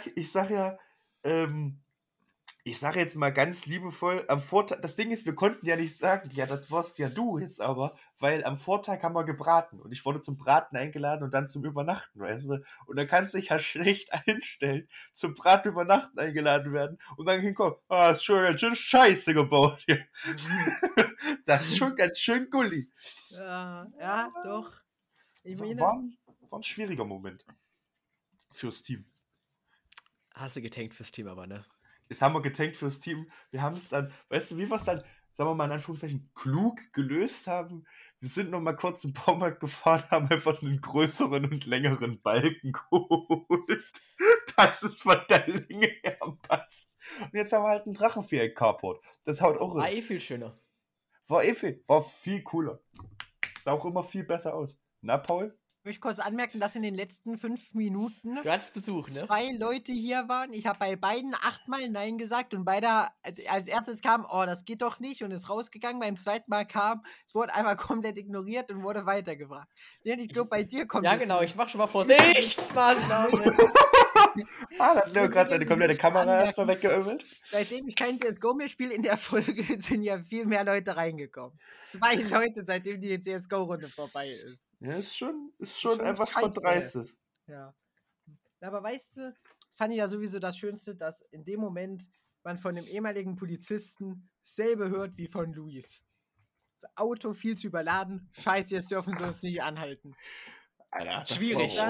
Speaker 1: jetzt mal ganz liebevoll, am Vortag, das Ding ist, wir konnten ja nicht sagen, ja, das warst ja du jetzt aber, weil am Vortag haben wir gebraten und ich wurde zum Braten eingeladen und dann zum Übernachten, weißt du? Und dann kannst du dich ja schlecht einstellen, zum Braten übernachten eingeladen werden und dann hinkommen, ist schon ganz schön scheiße gebaut hier. Das ist schon ganz schön gulli.
Speaker 2: Ja, doch.
Speaker 1: War ein schwieriger Moment fürs Team.
Speaker 3: Hast du getankt fürs Team aber, ne?
Speaker 1: Jetzt haben wir getankt fürs Team. Wir haben es dann, weißt du, wie wir es dann, sagen wir mal in Anführungszeichen, klug gelöst haben? Wir sind noch mal kurz im Baumarkt gefahren, haben einfach einen größeren und längeren Balken geholt, dass es von der Länge her passt. Und jetzt haben wir halt einen Drachenviereck-Carport. Das haut auch
Speaker 3: War viel schöner.
Speaker 1: War viel cooler. Sah auch immer viel besser aus. Na, Paul?
Speaker 2: Ich möchte kurz anmerken, dass in den letzten 5 Minuten
Speaker 3: Du hattest Besuch, ne?
Speaker 2: 2 Leute hier waren. Ich habe bei beiden 8-mal Nein gesagt und beide als erstes kam, das geht doch nicht und ist rausgegangen. Beim zweiten Mal kam, es wurde einmal komplett ignoriert und wurde weitergebracht. Ich glaube, bei dir kommt
Speaker 3: Ja, genau, ich mache schon mal Vorsichtsmaßnahmen.
Speaker 1: Da hat Leo gerade seine komplette Kamera erstmal weggeömmelt.
Speaker 2: Seitdem ich kein CSGO mehr spiele in der Folge, sind ja viel mehr Leute reingekommen. 2 Leute, seitdem die CSGO-Runde vorbei ist.
Speaker 1: Ja, ist schon einfach verdreistet.
Speaker 2: Ja. Aber weißt du, fand ich ja sowieso das Schönste, dass in dem Moment man von dem ehemaligen Polizisten dasselbe hört wie von Luis. Das Auto viel zu überladen. Scheiße, jetzt dürfen sie uns nicht anhalten.
Speaker 1: Alter,
Speaker 3: Schwierig.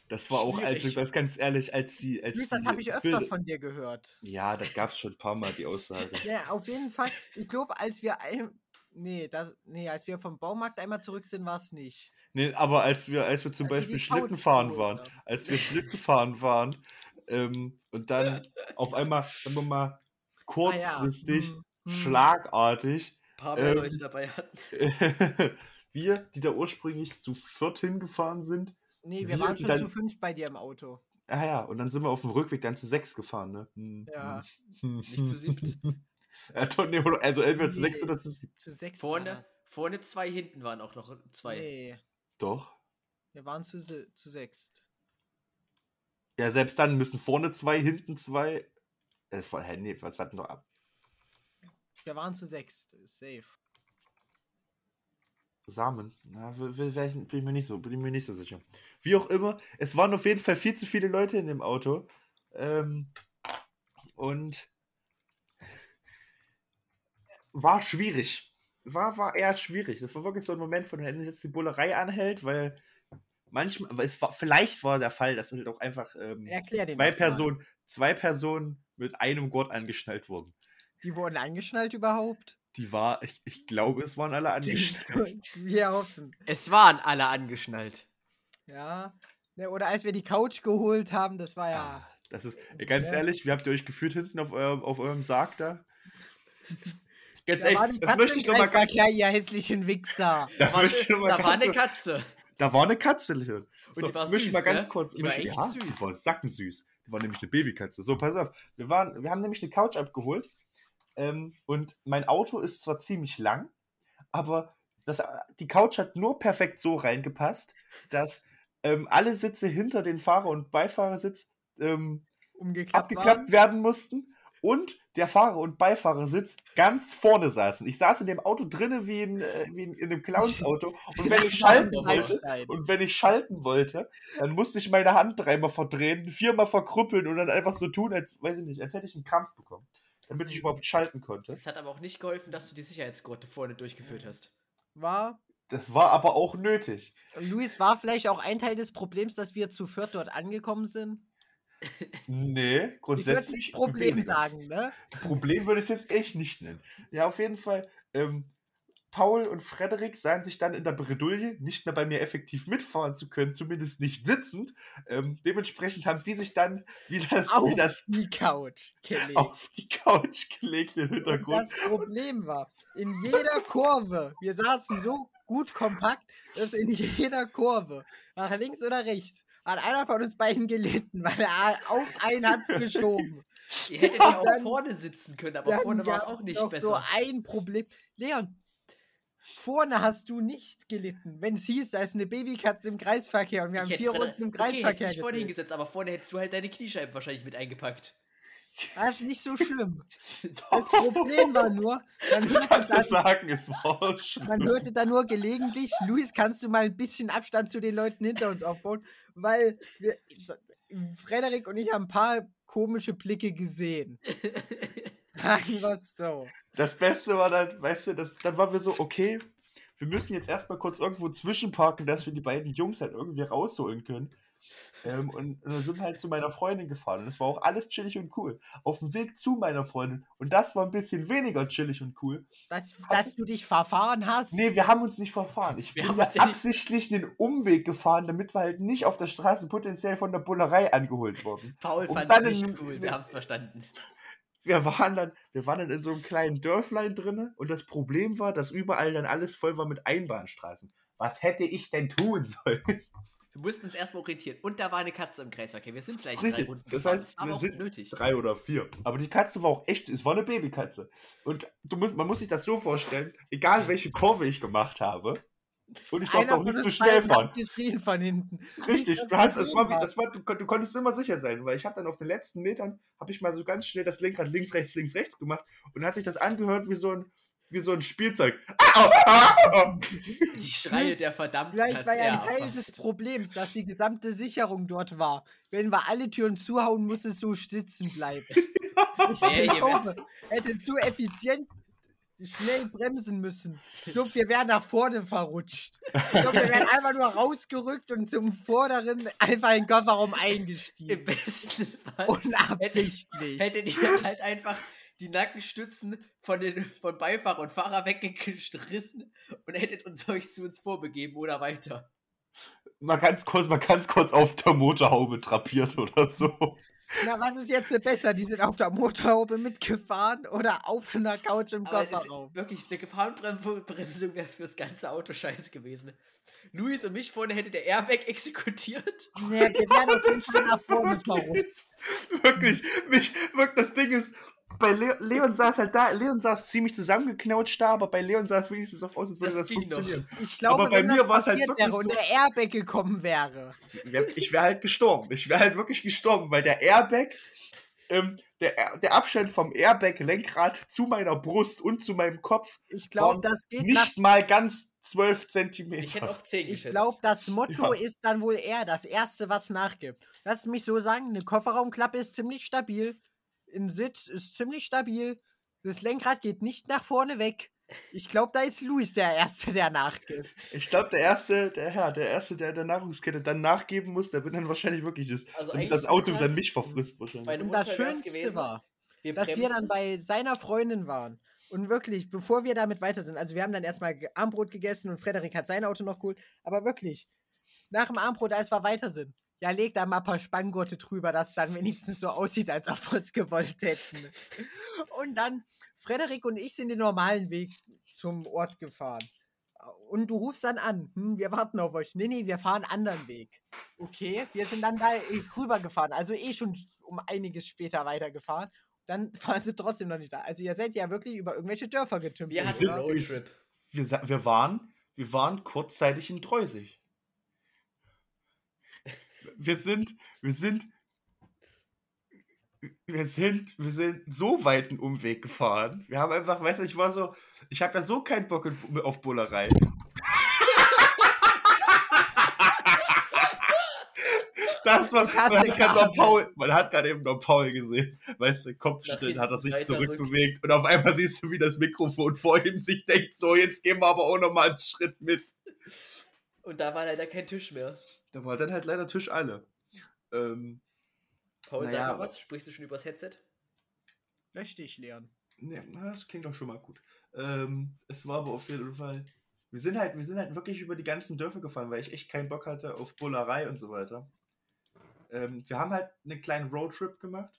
Speaker 1: Das war auch, also
Speaker 3: Schwierig.
Speaker 1: das ganz ehrlich, als
Speaker 2: Luis, das
Speaker 1: die
Speaker 2: habe ich öfters
Speaker 1: Bilder-
Speaker 2: von dir gehört.
Speaker 1: Ja, das gab es schon ein paar Mal, die Aussage.
Speaker 2: Ja, auf jeden Fall. Ich glaube, als wir als wir vom Baumarkt einmal zurück sind, war es nicht.
Speaker 1: Nee, aber als wir zum
Speaker 2: Als wir
Speaker 1: Beispiel
Speaker 2: die
Speaker 1: Schlitten
Speaker 2: Couch
Speaker 1: fahren
Speaker 2: geholt
Speaker 1: waren,
Speaker 2: haben.
Speaker 1: als wir Schlitten fahren waren und dann auf einmal, sagen wir mal, kurzfristig, schlagartig,
Speaker 3: Ein paar mehr Leute dabei hatten.
Speaker 1: wir, die da ursprünglich zu 4 hingefahren sind,
Speaker 2: Nee, wir
Speaker 1: wir,
Speaker 2: waren
Speaker 1: die
Speaker 2: schon
Speaker 1: dann-
Speaker 2: zu 5 bei dir im Auto.
Speaker 1: ja, und dann sind wir auf dem Rückweg dann zu 6 gefahren, ne?
Speaker 2: Ja.
Speaker 3: Nicht zu 7.
Speaker 1: Ja, doch, nee, also entweder zu
Speaker 2: Nee.
Speaker 1: 6 oder zu 7.
Speaker 2: Zu 6
Speaker 3: Vorne 2, hinten waren auch noch 2.
Speaker 2: Nee,
Speaker 1: Doch.
Speaker 2: wir waren zu 6.
Speaker 1: Ja, selbst dann müssen vorne 2, hinten 2. Das war, nee, was war denn noch ab?
Speaker 2: Wir waren zu 6. Ist safe.
Speaker 1: Samen. Na, bin ich mir nicht so sicher. Wie auch immer, es waren auf jeden Fall viel zu viele Leute in dem Auto. Und war schwierig. War eher schwierig. Das war wirklich so ein Moment, von wenn jetzt die Bullerei anhält, weil manchmal, aber vielleicht war der Fall, dass halt auch einfach
Speaker 2: Erklär den
Speaker 1: zwei Personen mit einem Gurt angeschnallt wurden.
Speaker 2: Die wurden angeschnallt überhaupt?
Speaker 1: Ich glaube, es waren alle angeschnallt.
Speaker 2: Wir hoffen.
Speaker 3: Es waren alle angeschnallt.
Speaker 2: Ja. Ne, oder als wir die Couch geholt haben, das war ja.
Speaker 1: Ah, das ist, ganz ehrlich, wie habt ihr euch gefühlt hinten auf eurem Sarg da? Ganz
Speaker 2: Da war
Speaker 1: ehrlich,
Speaker 2: die
Speaker 1: das
Speaker 2: Katze
Speaker 1: möchte ich
Speaker 2: im
Speaker 1: nochmal ganz.
Speaker 2: Kreisverkehr, ihr hässlichen Wichser.
Speaker 1: Da möchte ich noch mal
Speaker 3: Da war
Speaker 1: ganz-
Speaker 3: eine Katze.
Speaker 1: Da war eine Katze. Und
Speaker 3: die war
Speaker 1: möchte ich
Speaker 3: süß,
Speaker 1: mal ganz
Speaker 3: ne?
Speaker 1: kurz.
Speaker 3: Die war
Speaker 1: möchte-
Speaker 3: echt
Speaker 1: ja,
Speaker 3: süß.
Speaker 1: Die war sackensüß. Die war nämlich eine Babykatze. So, pass auf. Wir haben nämlich eine Couch abgeholt. Und mein Auto ist zwar ziemlich lang, aber die Couch hat nur perfekt so reingepasst, dass alle Sitze hinter den Fahrer- und Beifahrersitz
Speaker 2: Umgeklappt
Speaker 1: abgeklappt werden mussten und der Fahrer- und Beifahrersitz ganz vorne saßen. Ich saß in dem Auto drinnen wie in einem Clowns-Auto und wenn ich schalten wollte, dann musste ich meine Hand 3-mal verdrehen, 4-mal verkrüppeln und dann einfach so tun, als hätte ich einen Krampf bekommen, damit ich überhaupt schalten konnte.
Speaker 3: Es hat aber auch nicht geholfen, dass du die Sicherheitsgurte vorne durchgeführt hast.
Speaker 1: Das war aber auch nötig.
Speaker 2: Luis, war vielleicht auch ein Teil des Problems, dass wir zu 4 dort angekommen sind?
Speaker 1: Nee,
Speaker 2: Ich würde
Speaker 1: grundsätzlich
Speaker 2: nicht Problem
Speaker 1: weniger.
Speaker 2: sagen, ne?
Speaker 1: Problem würde ich es jetzt echt nicht nennen. Ja, auf jeden Fall. Paul und Frederik sahen sich dann in der Bredouille, nicht mehr bei mir effektiv mitfahren zu können, zumindest nicht sitzend. Dementsprechend haben die sich dann wie das
Speaker 2: Die Couch gelegt.
Speaker 1: auf die Couch gelegt im
Speaker 2: Und
Speaker 1: Hintergrund.
Speaker 2: das Problem war, in jeder Kurve, wir saßen so gut kompakt, dass in jeder Kurve, nach links oder rechts, hat einer von uns beiden gelitten, weil er auf einen hat's geschoben.
Speaker 3: Ihr hättet ja auch
Speaker 2: Dann-
Speaker 3: vorne sitzen können, aber
Speaker 2: Dann
Speaker 3: vorne war es
Speaker 2: gab's
Speaker 3: auch nicht
Speaker 2: noch
Speaker 3: besser.
Speaker 2: so ein Problem. Leon, vorne hast du nicht gelitten, wenn es hieß, da ist eine Babykatze im Kreisverkehr und wir haben 4 Runden im
Speaker 3: Okay,
Speaker 2: Kreisverkehr
Speaker 3: hätte ich vorne
Speaker 2: gedreht.
Speaker 3: hingesetzt, aber vorne hättest du halt deine Kniescheiben wahrscheinlich mit eingepackt.
Speaker 2: Das ist nicht so schlimm. Das Problem war nur,
Speaker 1: Ich kann dir sagen, es war schlimm.
Speaker 2: man hörte da nur gelegentlich, Luis, kannst du mal ein bisschen Abstand zu den Leuten hinter uns aufbauen? Weil Frederik und ich haben ein paar komische Blicke gesehen. Sagen wir es so.
Speaker 1: Das Beste war dann, weißt du, dann waren wir so, okay, wir müssen jetzt erstmal kurz irgendwo zwischenparken, dass wir die beiden Jungs halt irgendwie rausholen können. Und dann sind wir halt zu meiner Freundin gefahren. Und es war auch alles chillig und cool. Auf dem Weg zu meiner Freundin. Und das war ein bisschen weniger chillig und cool.
Speaker 2: Dass du dich verfahren hast?
Speaker 1: Nee, wir haben uns nicht verfahren. Ich
Speaker 3: Wir
Speaker 1: bin
Speaker 3: haben
Speaker 1: ja
Speaker 3: uns ja nicht-
Speaker 1: absichtlich einen Umweg gefahren, damit wir halt nicht auf der Straße potenziell von der Bullerei angeholt wurden.
Speaker 3: Paul
Speaker 1: Und
Speaker 3: fand
Speaker 1: dann
Speaker 3: es
Speaker 1: in-
Speaker 3: nicht cool, wir haben es verstanden.
Speaker 1: Wir waren dann in so einem kleinen Dörflein drinne und das Problem war, dass überall dann alles voll war mit Einbahnstraßen. Was hätte ich denn tun sollen?
Speaker 3: Wir mussten uns erstmal orientieren. Und da war eine Katze im Kreisverkehr. Wir sind vielleicht
Speaker 1: Richtig,
Speaker 3: 3 Runden
Speaker 1: das
Speaker 3: gefahren.
Speaker 1: heißt,
Speaker 3: Das war aber
Speaker 1: wir
Speaker 3: auch
Speaker 1: sind
Speaker 3: nötig.
Speaker 1: 3 oder 4. Aber die Katze war auch echt, es war eine Babykatze. Und man muss sich das so vorstellen, egal welche Kurve ich gemacht habe, und ich durfte
Speaker 2: Einer
Speaker 1: auch
Speaker 2: von
Speaker 1: nicht zu
Speaker 2: uns
Speaker 1: schnell
Speaker 2: beiden
Speaker 1: fahren.
Speaker 2: hat geschrien von hinten.
Speaker 1: Richtig,
Speaker 2: Das
Speaker 1: du konntest immer sicher sein, weil ich habe dann auf den letzten Metern, habe ich mal so ganz schnell das Lenkrad links, rechts gemacht und dann hat sich das angehört wie so ein Spielzeug.
Speaker 3: Die Schreie der verdammten
Speaker 2: Vielleicht war ja ein
Speaker 3: Katze,
Speaker 2: Teil des Problems, dass die gesamte Sicherung dort war. Wenn wir alle Türen zuhauen, muss es so sitzen bleiben. Ich
Speaker 3: Wer hier
Speaker 2: glaube, hättest du effizient schnell bremsen müssen. Ich glaube, wir wären nach vorne verrutscht. Ich glaube, wir wären einfach nur rausgerückt und zum Vorderen einfach in den Kofferraum
Speaker 3: Im
Speaker 2: eingestiegen.
Speaker 3: besten Fall
Speaker 2: Unabsichtlich.
Speaker 3: hättet ihr halt einfach die Nackenstützen von Beifahrer und Fahrer weggerissen und hättet euch zu uns vorbegeben oder weiter.
Speaker 1: Mal ganz kurz auf der Motorhaube drapiert oder so.
Speaker 2: Na, was ist jetzt besser? Die sind auf der Motorhaube mitgefahren oder auf einer Couch im
Speaker 3: Aber es ist
Speaker 2: Kofferraum?
Speaker 3: wirklich, eine Gefahrenbremsung wäre fürs ganze Auto scheiße gewesen. Luis und mich vorne hätte der Airbag exekutiert.
Speaker 2: Nee, wir wären auf jeden Fall nach vorne verrutscht.
Speaker 1: Wirklich, das Ding ist, bei Leon saß halt da, Leon saß ziemlich zusammengeknautscht da, aber bei Leon sah es wenigstens auch aus, als würde das
Speaker 3: ging noch.
Speaker 1: funktionieren.
Speaker 2: Ich glaube,
Speaker 1: Aber bei
Speaker 2: wenn
Speaker 1: mir
Speaker 2: das
Speaker 1: war es halt
Speaker 2: passiert
Speaker 1: wirklich
Speaker 2: wäre und
Speaker 1: so-
Speaker 2: der Airbag gekommen wäre.
Speaker 1: Ich wäre halt gestorben. Ich wäre halt wirklich gestorben, weil der Airbag, der Abstand vom Airbag-Lenkrad zu meiner Brust und zu meinem Kopf
Speaker 2: Ich glaube,
Speaker 1: waren
Speaker 2: das geht
Speaker 1: nicht mal ganz 12 Zentimeter.
Speaker 3: Ich hätte auf 10
Speaker 2: Ich
Speaker 3: geschätzt.
Speaker 2: glaube, das Motto
Speaker 1: Ja.
Speaker 2: ist dann wohl eher das Erste, was nachgibt. Lass mich so sagen, eine Kofferraumklappe ist ziemlich stabil. Ein Sitz ist ziemlich stabil. Das Lenkrad geht nicht nach vorne weg. Ich glaube, da ist Luis der Erste, der nachgibt.
Speaker 1: Ich glaube, der Erste, der der Nahrungskette dann nachgeben muss, der bin dann wahrscheinlich wirklich das.
Speaker 3: Also
Speaker 1: damit
Speaker 3: eigentlich
Speaker 1: das Auto
Speaker 3: super.
Speaker 1: dann mich verfrisst wahrscheinlich.
Speaker 3: Bei einem
Speaker 2: Und das
Speaker 3: Unfall wär's
Speaker 2: Schönste
Speaker 3: gewesen,
Speaker 2: war,
Speaker 3: wir
Speaker 2: dass wir
Speaker 3: bremsen.
Speaker 2: dann bei seiner Freundin waren. Und wirklich, bevor wir damit weiter sind, also wir haben dann erstmal Armbrot gegessen und Frederik hat sein Auto noch geholt, aber wirklich, nach dem Armbrot, als wir weiter sind, ja, leg da mal ein paar Spanngurte drüber, dass es dann wenigstens so aussieht, als ob wir es gewollt hätten. Und dann, Frederik und ich sind den normalen Weg zum Ort gefahren. Und du rufst dann an, wir warten auf euch. Nee, wir fahren einen anderen Weg. Okay, wir sind dann da rübergefahren, also schon um einiges später weitergefahren. Dann waren sie trotzdem noch nicht da. Also ihr seid ja wirklich über irgendwelche Dörfer getümpelt.
Speaker 3: Wir hatten
Speaker 1: sind-
Speaker 3: einen Roadtrip.
Speaker 1: Wir waren kurzzeitig in Treusig. Wir sind so weit einen Umweg gefahren. Wir haben einfach, weißt du, ich habe ja so keinen Bock auf Bullerei. Man hat gerade eben noch Paul gesehen. Weißt du, Kopfschütteln hat er sich
Speaker 3: weiter
Speaker 1: zurückbewegt und auf einmal siehst du, wie das Mikrofon vor ihm sich denkt, so, jetzt gehen wir aber auch nochmal einen Schritt mit.
Speaker 3: Und da war leider kein Tisch mehr.
Speaker 1: Da war dann halt leider Tisch alle.
Speaker 3: Paul,
Speaker 1: Naja,
Speaker 3: sag mal
Speaker 1: aber-
Speaker 3: was. Sprichst du schon übers Headset?
Speaker 2: Lösch dich, Leon.
Speaker 1: Ja, das klingt doch schon mal gut. Es war aber auf jeden Fall. Wir sind halt wirklich über die ganzen Dörfer gefahren, weil ich echt keinen Bock hatte auf Bullerei und so weiter. Wir haben halt einen kleinen Roadtrip gemacht.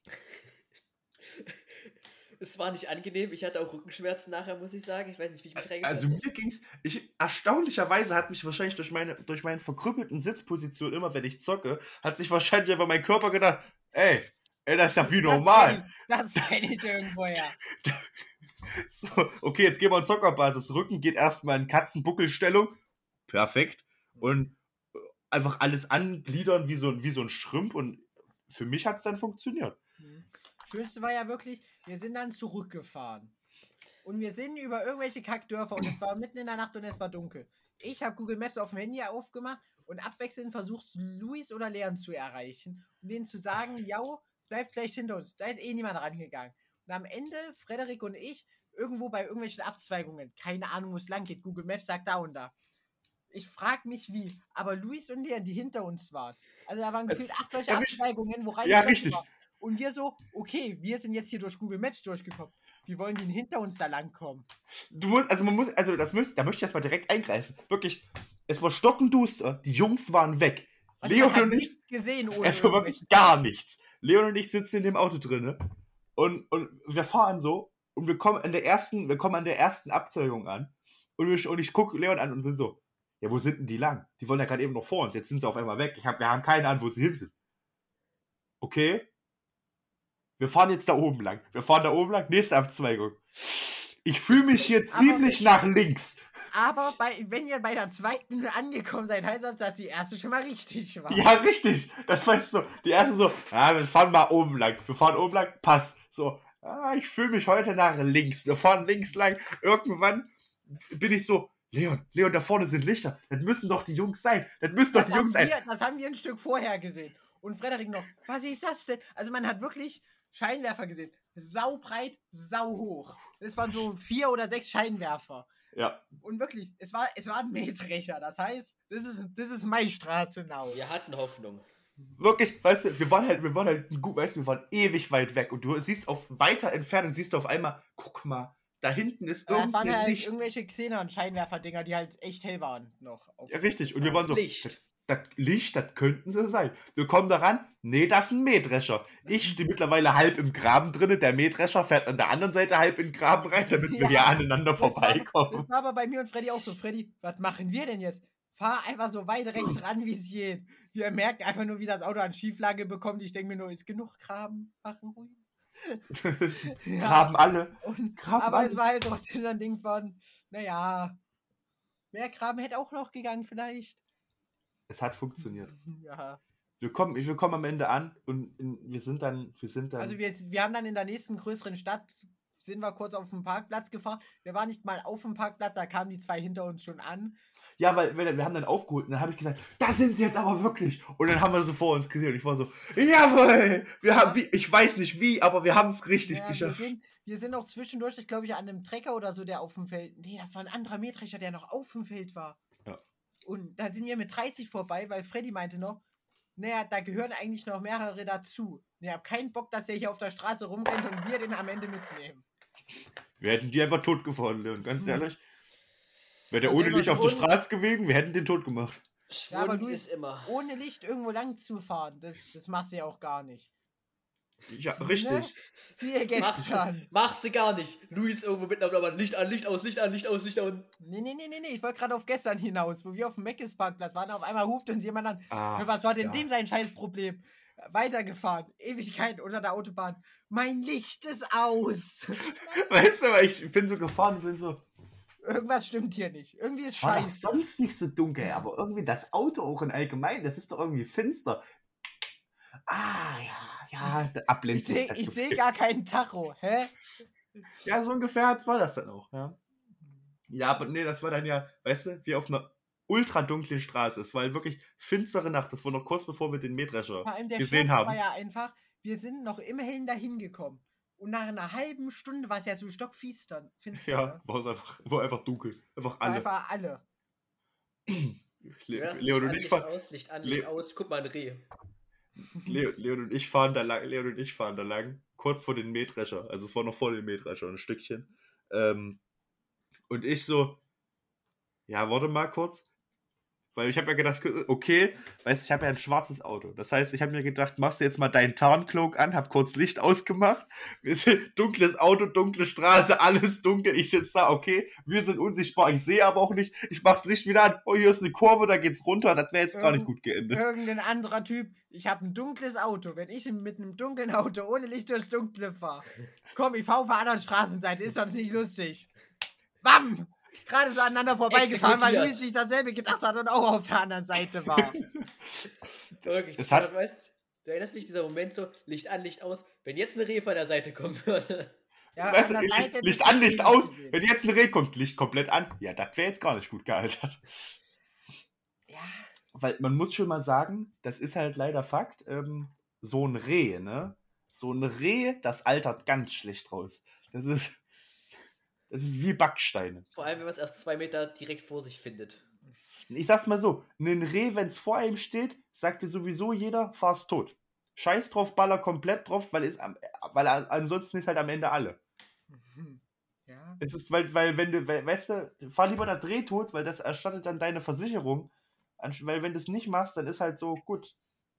Speaker 3: Es war nicht angenehm. Ich hatte auch Rückenschmerzen nachher, muss ich sagen. Ich weiß nicht, wie ich mich reingesetzt
Speaker 1: Also mir ging's. Erstaunlicherweise hat mich wahrscheinlich durch meine verkrüppelten Sitzposition, immer wenn ich zocke, hat sich wahrscheinlich einfach mein Körper gedacht, ey, das ist ja wie normal.
Speaker 2: Das kenn ich irgendwoher.
Speaker 1: So, okay, jetzt gehen wir in Zockerbasis. Rücken geht erstmal in Katzenbuckelstellung. Perfekt. Und einfach alles angliedern wie so ein Schrimp. Und für mich hat es dann funktioniert.
Speaker 2: Schönste war ja wirklich, wir sind dann zurückgefahren. Und wir sind über irgendwelche Kackdörfer und es war mitten in der Nacht und es war dunkel. Ich habe Google Maps auf dem Handy aufgemacht und abwechselnd versucht, Luis oder Leon zu erreichen und denen zu sagen, jau, bleibt vielleicht hinter uns. Da ist eh niemand rangegangen. Und am Ende, Frederik und ich, irgendwo bei irgendwelchen Abzweigungen, keine Ahnung, wo es lang geht, Google Maps sagt da und da. Ich frage mich wie, aber Luis und Leon, die hinter uns waren, also da waren gefühlt 8 solche Abzweigungen, wo rein
Speaker 1: Ja, richtig.
Speaker 2: war. Und wir so, okay, wir sind jetzt hier durch Google Maps durchgekommen. Wie wollen die denn hinter uns da langkommen?
Speaker 1: Da möchte ich erstmal direkt eingreifen. Wirklich, es war stockenduster. Die Jungs waren weg.
Speaker 2: Also
Speaker 1: Leon
Speaker 2: man hat
Speaker 1: und ich,
Speaker 2: nichts gesehen ohne
Speaker 1: es war wirklich gar nichts. Leon und ich sitzen in dem Auto drinne und wir fahren so und wir kommen an der ersten Abzweigung an und ich gucke Leon an und sind so, ja, wo sind denn die lang? Die wollen ja gerade eben noch vor uns, jetzt sind sie auf einmal weg. Wir haben keine Ahnung, wo sie hin sind. Okay, wir fahren jetzt da oben lang. Nächste Abzweigung. Ich fühle mich hier ziemlich nach links.
Speaker 2: Aber wenn ihr bei der zweiten angekommen seid, heißt das, dass die erste schon mal richtig war.
Speaker 1: Ja, richtig. Das weißt du. Die erste so, ja, wir fahren mal oben lang. Passt. So, ich fühle mich heute nach links. Wir fahren links lang. Irgendwann bin ich so, Leon, da vorne sind Lichter. Das müssen doch die Jungs sein. Das
Speaker 2: haben wir ein Stück vorher gesehen. Und Frederik noch, was ist das denn? Also man hat wirklich Scheinwerfer gesehen. Saubreit, sauhoch. es waren so 4 oder 6 Scheinwerfer.
Speaker 1: Ja.
Speaker 2: Und wirklich, es war ein Mähdrescher. Das heißt, das ist meine Straße now.
Speaker 3: Wir hatten Hoffnung.
Speaker 1: Wirklich, weißt du, wir waren halt gut, weißt du, wir waren ewig weit weg und du siehst auf weiter Entfernung, siehst du auf einmal, guck mal, da hinten ist
Speaker 2: Aber das waren
Speaker 1: irgendein
Speaker 2: halt
Speaker 1: Licht.
Speaker 2: irgendwelche Xenon-Scheinwerfer-Dinger, die halt echt hell waren noch.
Speaker 1: Ja, richtig, und wir waren so,
Speaker 3: Licht.
Speaker 1: das Licht, das könnten sie sein. Wir kommen daran, nee, das ist ein Mähdrescher. Ich stehe mittlerweile halb im Graben drinne, der Mähdrescher fährt an der anderen Seite halb in den Graben rein, damit wir
Speaker 2: Ja,
Speaker 1: hier aneinander
Speaker 2: Das war
Speaker 1: vorbeikommen.
Speaker 2: aber bei mir und Freddy auch so. Freddy, was machen wir denn jetzt? Fahr einfach so weit rechts ran, wie es geht. Wir merken einfach nur, wie das Auto an Schieflage bekommt. Ich denke mir nur, ist genug Graben? Machen ruhig.
Speaker 1: Graben alle.
Speaker 2: Aber es war halt trotzdem so ein Ding von, naja, mehr Graben hätte auch noch gegangen vielleicht.
Speaker 1: Es hat funktioniert.
Speaker 2: Ja.
Speaker 1: Wir kommen am Ende an und wir sind dann.
Speaker 2: Also wir haben dann in der nächsten größeren Stadt, sind wir kurz auf dem Parkplatz gefahren. Wir waren nicht mal auf dem Parkplatz, da kamen die 2 hinter uns schon an.
Speaker 1: Ja, weil wir haben dann aufgeholt und dann habe ich gesagt, da sind sie jetzt aber wirklich. Und dann haben wir sie vor uns gesehen und ich war so, jawohl, ich weiß nicht wie, aber wir haben es richtig geschafft.
Speaker 2: Wir sind auch zwischendurch, glaube ich, an einem Trecker oder so, der auf dem Feld, nee, das war ein anderer Mähdrescher, der noch auf dem Feld war.
Speaker 1: Ja.
Speaker 2: Und da sind wir mit 30 vorbei, weil Freddy meinte noch, naja, da gehören eigentlich noch mehrere dazu. Ich habe keinen Bock, dass der hier auf der Straße rumrennt und wir den am Ende mitnehmen.
Speaker 1: Wir hätten die einfach tot gefahren, Leon, ganz ehrlich. Wäre der
Speaker 2: Das
Speaker 1: ohne
Speaker 2: ist
Speaker 1: Licht
Speaker 2: einfach
Speaker 1: auf der
Speaker 2: so
Speaker 1: Straße gewesen, wir hätten den tot gemacht.
Speaker 2: Ja, aber
Speaker 3: Schwund
Speaker 2: du
Speaker 3: ist immer.
Speaker 2: ohne Licht irgendwo lang zu fahren, das machst du ja auch gar nicht.
Speaker 1: Ja, richtig.
Speaker 2: Ne? Siehe gestern.
Speaker 3: Machst du gar nicht. Luis irgendwo mitten auf der Licht an, Licht aus, Licht an, Licht aus, Licht an.
Speaker 2: Nee, ich wollte gerade auf gestern hinaus, wo wir auf dem Meckes-Parkplatz waren, auf einmal hupt uns jemand an.
Speaker 1: Ah,
Speaker 2: Was war denn
Speaker 1: ja.
Speaker 2: dem sein Scheißproblem? Weitergefahren, Ewigkeiten unter der Autobahn. Mein Licht ist aus.
Speaker 1: Weißt du, weil ich bin so gefahren und bin so,
Speaker 2: Irgendwas stimmt hier nicht. Irgendwie ist
Speaker 1: war doch
Speaker 2: scheiße.
Speaker 1: sonst nicht so dunkel, aber irgendwie das Auto auch in allgemein, das ist doch irgendwie finster. Abblendlicht.
Speaker 2: Ich sehe gar keinen Tacho, hä?
Speaker 1: Ja, so ungefähr war das dann auch, ja. Ja, aber nee, das war dann ja, weißt du, wie auf einer ultra dunklen Straße. Es war halt wirklich finstere Nacht. Das war noch kurz bevor wir den Mähdrescher
Speaker 2: Vor allem der
Speaker 1: gesehen
Speaker 2: Scherz
Speaker 1: haben.
Speaker 2: war ja einfach, wir sind noch im Hellen dahin gekommen. Und nach einer halben Stunde war es ja so stockfinster.
Speaker 1: Ja, war einfach dunkel. Einfach alle.
Speaker 2: Einfach alle.
Speaker 1: Leon und ich fahren.
Speaker 3: Aus, Licht an, Licht aus. Guck mal, ein Reh.
Speaker 1: Leon und ich fahren da lang, kurz vor den Mähdrescher. Also es war noch vor dem Mähdrescher, ein Stückchen. Und ich so, ja, warte mal kurz. Weil ich habe ja gedacht, okay, weißt du, ich habe ja ein schwarzes Auto. Das heißt, ich habe mir gedacht, machst du jetzt mal deinen Tarncloak an, hab kurz Licht ausgemacht. Wir sind dunkles Auto, dunkle Straße, alles dunkel. Ich sitze da, okay, wir sind unsichtbar. Ich sehe aber auch nicht. Ich mach's Licht wieder an. Oh, hier ist eine Kurve, da geht's runter. Das wäre jetzt gar nicht gut geendet.
Speaker 2: Irgendein anderer Typ. Ich habe ein dunkles Auto. Wenn ich mit einem dunklen Auto ohne Licht durchs Dunkle fahre, komm, ich fahre auf der anderen Straßenseite. Ist sonst nicht lustig. Bam! Gerade so aneinander vorbeigefahren, weil Luis sich dasselbe gedacht hat und auch auf der anderen Seite war.
Speaker 3: Wirklich.
Speaker 1: Es
Speaker 3: Du
Speaker 1: hat-
Speaker 3: weißt, du erinnerst dich dieser Moment so, Licht an, Licht aus. Wenn jetzt eine Reh von der Seite kommen würde.
Speaker 2: Ja,
Speaker 1: Weißt du,
Speaker 2: an der Seite
Speaker 1: Licht
Speaker 2: ist
Speaker 1: an,
Speaker 2: das
Speaker 1: Licht
Speaker 2: Leben
Speaker 1: aus.
Speaker 2: gesehen.
Speaker 1: Wenn jetzt ein Reh kommt, Licht komplett an. Ja, das wäre jetzt gar nicht gut gealtert.
Speaker 2: Ja,
Speaker 1: Weil man muss schon mal sagen, das ist halt leider Fakt, so ein Reh, ne? So ein Reh, das altert ganz schlecht raus. Das ist wie Backsteine.
Speaker 3: Vor allem, wenn man es erst 2 Meter direkt vor sich findet.
Speaker 1: Ich sag's mal so, ein Reh, wenn es vor einem steht, sagt dir sowieso jeder, fahr's tot. Scheiß drauf, baller komplett drauf, weil ansonsten ist halt am Ende alle.
Speaker 2: ja.
Speaker 1: Es ist, weil wenn du, weißt du, fahr lieber das Reh tot, weil das erstattet dann deine Versicherung. Weil wenn du es nicht machst, dann ist halt so, gut.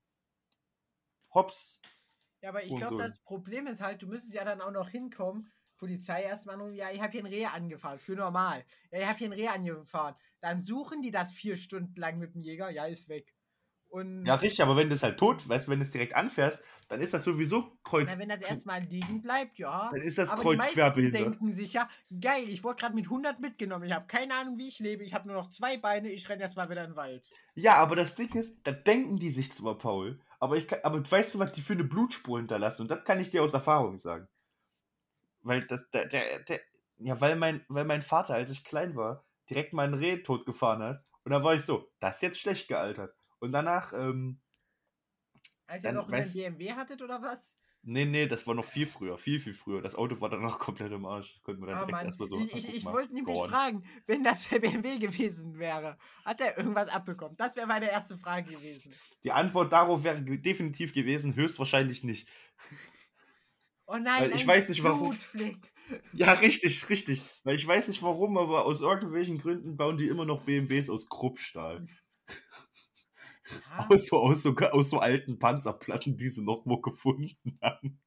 Speaker 1: Hops.
Speaker 2: Ja, aber ich
Speaker 1: Und
Speaker 2: glaube,
Speaker 1: so.
Speaker 2: das Problem ist halt, du müsstest ja dann auch noch hinkommen. Polizei erstmal nur, ja, ich habe hier ein Reh angefahren, für normal. Ja, ich habe hier ein Reh angefahren. Dann suchen die das 4 Stunden lang mit dem Jäger, ja, ist weg. Und
Speaker 1: Ja, richtig, aber wenn du es halt tot, weißt du, wenn du es direkt anfährst, dann ist das sowieso kreuz.
Speaker 2: wenn das erstmal liegen bleibt, ja.
Speaker 1: Dann ist das
Speaker 2: Aber
Speaker 1: kreuz
Speaker 2: die meisten
Speaker 1: querbehindert.
Speaker 2: denken sich ja, geil, ich wurde gerade mit 100 mitgenommen, ich habe keine Ahnung, wie ich lebe, ich habe nur noch 2 Beine, ich renne erstmal wieder in den Wald.
Speaker 1: Ja, aber das Ding ist, da denken die sich zwar, Paul, aber weißt du, was die für eine Blutspur hinterlassen? Und das kann ich dir aus Erfahrung sagen. Weil weil mein Vater, als ich klein war, direkt mal ein Reh totgefahren hat. Und da war ich so, das ist jetzt schlecht gealtert. Und danach,
Speaker 2: Als ihr
Speaker 1: Dann
Speaker 2: noch einen
Speaker 1: weißt-
Speaker 2: BMW hattet oder was?
Speaker 1: Nee, das war noch viel früher, viel früher. Das Auto war dann noch komplett im Arsch. Konnten wir dann
Speaker 2: Ah,
Speaker 1: direkt
Speaker 2: Mann.
Speaker 1: erstmal so.
Speaker 2: Ich wollte nämlich fragen, wenn das der BMW gewesen wäre, hat er irgendwas abbekommen? Das wäre meine erste Frage gewesen.
Speaker 1: Die Antwort darauf wäre definitiv gewesen, höchstwahrscheinlich nicht.
Speaker 2: Oh nein,
Speaker 1: Weil ich
Speaker 2: ein
Speaker 1: weiß nicht, warum.
Speaker 2: Blutfleck.
Speaker 1: Ja, richtig. Weil ich weiß nicht warum, aber aus irgendwelchen Gründen bauen die immer noch BMWs aus Kruppstahl.
Speaker 2: Ja,
Speaker 1: Aus so alten Panzerplatten, die sie noch wo gefunden haben.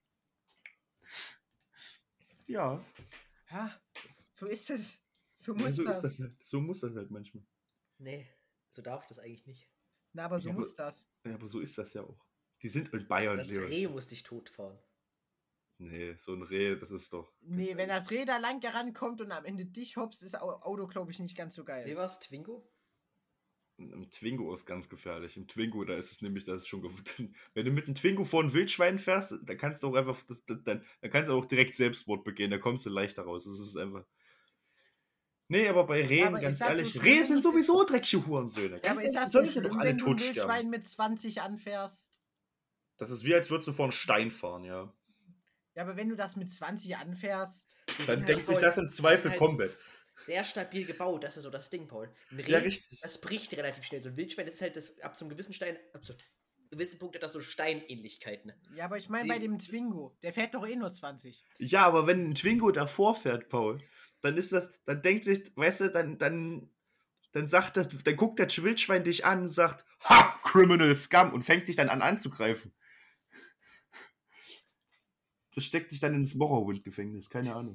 Speaker 1: Ja.
Speaker 2: ja, so ist es. So
Speaker 1: Ja,
Speaker 2: muss
Speaker 1: so
Speaker 2: das.
Speaker 1: ist das halt. So muss das halt manchmal.
Speaker 3: Nee, so darf das eigentlich nicht.
Speaker 2: Na, aber so
Speaker 1: Ja,
Speaker 2: muss das.
Speaker 1: Ja, aber so ist das ja auch. Die sind in Bayern,
Speaker 3: Das
Speaker 1: Leon.
Speaker 3: Reh muss dich totfahren.
Speaker 1: Nee, so ein Reh, das ist doch.
Speaker 2: Nee, wenn das Reh da lang herankommt und am Ende dich hops, ist Auto, glaube ich, nicht ganz so
Speaker 3: Wie
Speaker 2: geil.
Speaker 3: war's? Twingo?
Speaker 1: Im Twingo ist ganz gefährlich. Im Twingo, da ist es nämlich, das ist schon wenn du mit einem Twingo vor ein Wildschwein fährst, dann kannst du auch einfach, dann kannst du auch direkt Selbstmord begehen, da kommst du leichter raus. Das ist einfach. Nee, aber bei Rehen,
Speaker 2: aber
Speaker 1: ganz
Speaker 2: ist das so
Speaker 1: ehrlich,
Speaker 2: schlimm,
Speaker 1: Rehe
Speaker 2: wenn
Speaker 1: sind
Speaker 2: die-
Speaker 1: sowieso dreckige Hurensöhne.
Speaker 2: Ja, aber
Speaker 1: Ganz
Speaker 2: ist
Speaker 1: ehrlich,
Speaker 2: das
Speaker 1: die
Speaker 2: so
Speaker 1: sollen ja
Speaker 2: schlimm,
Speaker 1: doch alle
Speaker 2: wenn du ein
Speaker 1: totsterben.
Speaker 2: Wildschwein mit 20 anfährst?
Speaker 1: Das ist wie, als würdest du vor einen Stein fahren, ja.
Speaker 2: Ja, aber wenn du das mit 20 anfährst,
Speaker 3: Die
Speaker 1: Dann
Speaker 3: sind
Speaker 1: denkt sich
Speaker 3: Paul,
Speaker 1: das im
Speaker 3: die
Speaker 1: Zweifel
Speaker 3: sind halt
Speaker 1: Combat.
Speaker 3: sehr stabil gebaut, das ist so das Ding, Paul. Ein Reh,
Speaker 1: Ja, richtig.
Speaker 3: das bricht relativ schnell. So ein Wildschwein ist halt das, ab so einem gewissen gewissen Punkt hat das so Steinähnlichkeiten.
Speaker 2: ja, aber ich meine
Speaker 3: Die-
Speaker 2: bei dem Twingo, der fährt doch eh nur 20.
Speaker 1: Ja, aber wenn ein Twingo davor fährt, Paul, dann ist das, dann denkt sich, weißt du, dann sagt das, dann guckt das Wildschwein dich an und sagt, ha, Criminal Scum, und fängt dich dann an anzugreifen. Das steckt dich dann ins Morrowind-Gefängnis, keine Ahnung.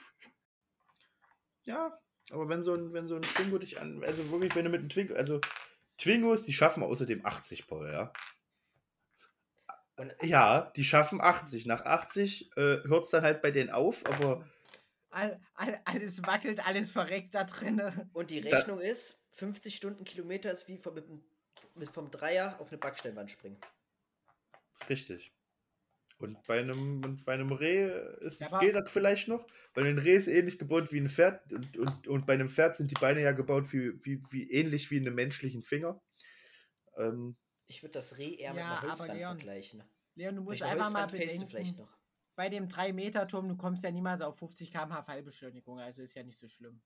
Speaker 1: Ja, aber wenn so ein Twingo dich an, also wirklich, wenn du mit einem Twingo, also Twingos, die schaffen außerdem 80, Paul, ja.
Speaker 3: Und
Speaker 1: Ja, die schaffen 80. Nach 80 hört es dann halt bei denen auf, aber
Speaker 2: Alles wackelt, alles verreckt da drinne.
Speaker 3: Und die Rechnung ist, 50 Stundenkilometer ist wie vom Dreier auf eine Backsteinwand springen.
Speaker 1: richtig. Und bei einem Reh ist,
Speaker 2: Ja, aber-
Speaker 1: geht das vielleicht noch, weil ein Reh ist ähnlich gebaut wie ein Pferd und bei einem Pferd sind die Beine ja gebaut wie ähnlich wie in einem menschlichen Finger.
Speaker 3: Ich würde das Reh eher mit
Speaker 2: Ja,
Speaker 3: einer
Speaker 2: aber
Speaker 3: Holzwand
Speaker 2: Leon,
Speaker 3: vergleichen.
Speaker 2: Leon, du musst
Speaker 3: Welche
Speaker 2: einfach mal
Speaker 3: Holzwand fällst du vielleicht
Speaker 2: bedenken,
Speaker 3: noch?
Speaker 2: bei dem 3-Meter-Turm, du kommst ja niemals auf 50 km/h Fallbeschleunigung, also ist ja nicht so schlimm.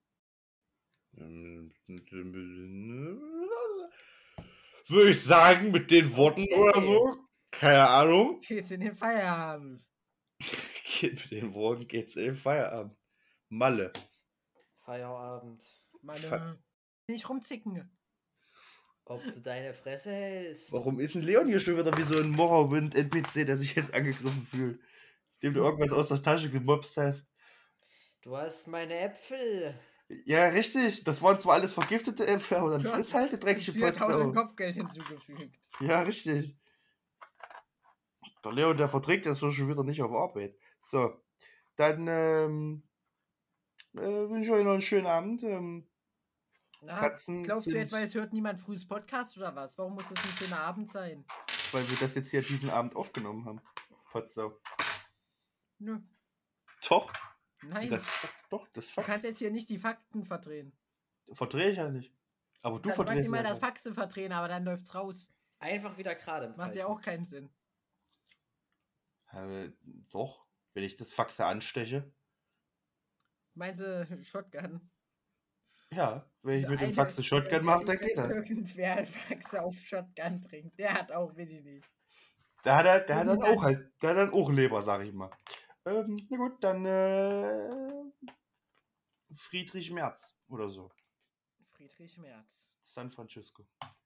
Speaker 1: Würde ich sagen, mit den Worten
Speaker 2: Okay.
Speaker 1: oder so. Keine Ahnung.
Speaker 2: Geht's in den Feierabend.
Speaker 1: Mit den Worten geht's in den Feierabend. Malle.
Speaker 3: Feierabend.
Speaker 2: Meine. Nicht rumzicken.
Speaker 3: Ob du deine Fresse hältst.
Speaker 1: Warum ist ein Leon hier schon wieder wie so ein Morrowind-NPC, der sich jetzt angegriffen fühlt? Dem du irgendwas aus der Tasche gemobst hast.
Speaker 3: Du hast meine Äpfel.
Speaker 1: Ja, richtig. Das waren zwar alles vergiftete Äpfel, aber dann
Speaker 2: Du
Speaker 1: friss
Speaker 2: hast
Speaker 1: halt die dreckige
Speaker 2: 4000
Speaker 1: Potze.
Speaker 2: Kopfgeld hinzugefügt.
Speaker 1: Ja, richtig. Der Leon, der verträgt das so schon wieder nicht auf Arbeit. So, dann wünsche ich euch noch einen schönen Abend.
Speaker 2: Na,
Speaker 1: Katzen
Speaker 2: glaubst du
Speaker 1: sind,
Speaker 2: etwa, es hört niemand frühes Podcast oder was? Warum muss das ein schöner Abend sein?
Speaker 1: weil wir das jetzt hier diesen Abend aufgenommen haben. Potsau.
Speaker 2: Nö.
Speaker 1: Doch,
Speaker 2: Nein.
Speaker 1: das
Speaker 2: du
Speaker 1: Fakt
Speaker 2: kannst jetzt hier nicht die Fakten verdrehen.
Speaker 1: verdrehe ich ja nicht. Aber du
Speaker 2: Dann
Speaker 1: verdrehst
Speaker 2: maximal
Speaker 1: ja
Speaker 2: das
Speaker 1: nicht.
Speaker 2: Faxe verdrehen, aber dann läuft's raus.
Speaker 3: Einfach wieder gerade im
Speaker 2: Macht ja auch keinen Sinn.
Speaker 1: Doch, wenn ich das Faxe ansteche.
Speaker 2: Meinst du Shotgun?
Speaker 1: Ja, wenn ich mit dem
Speaker 2: Eine-
Speaker 1: Faxe Shotgun mache, dann
Speaker 2: wenn
Speaker 1: geht das.
Speaker 2: Irgendwer Faxe auf Shotgun trinkt. Der hat auch, weiß ich nicht.
Speaker 1: Der hat dann auch Leber, sag ich mal. Na gut, dann Friedrich Merz oder so.
Speaker 2: Friedrich Merz.
Speaker 1: San Francisco.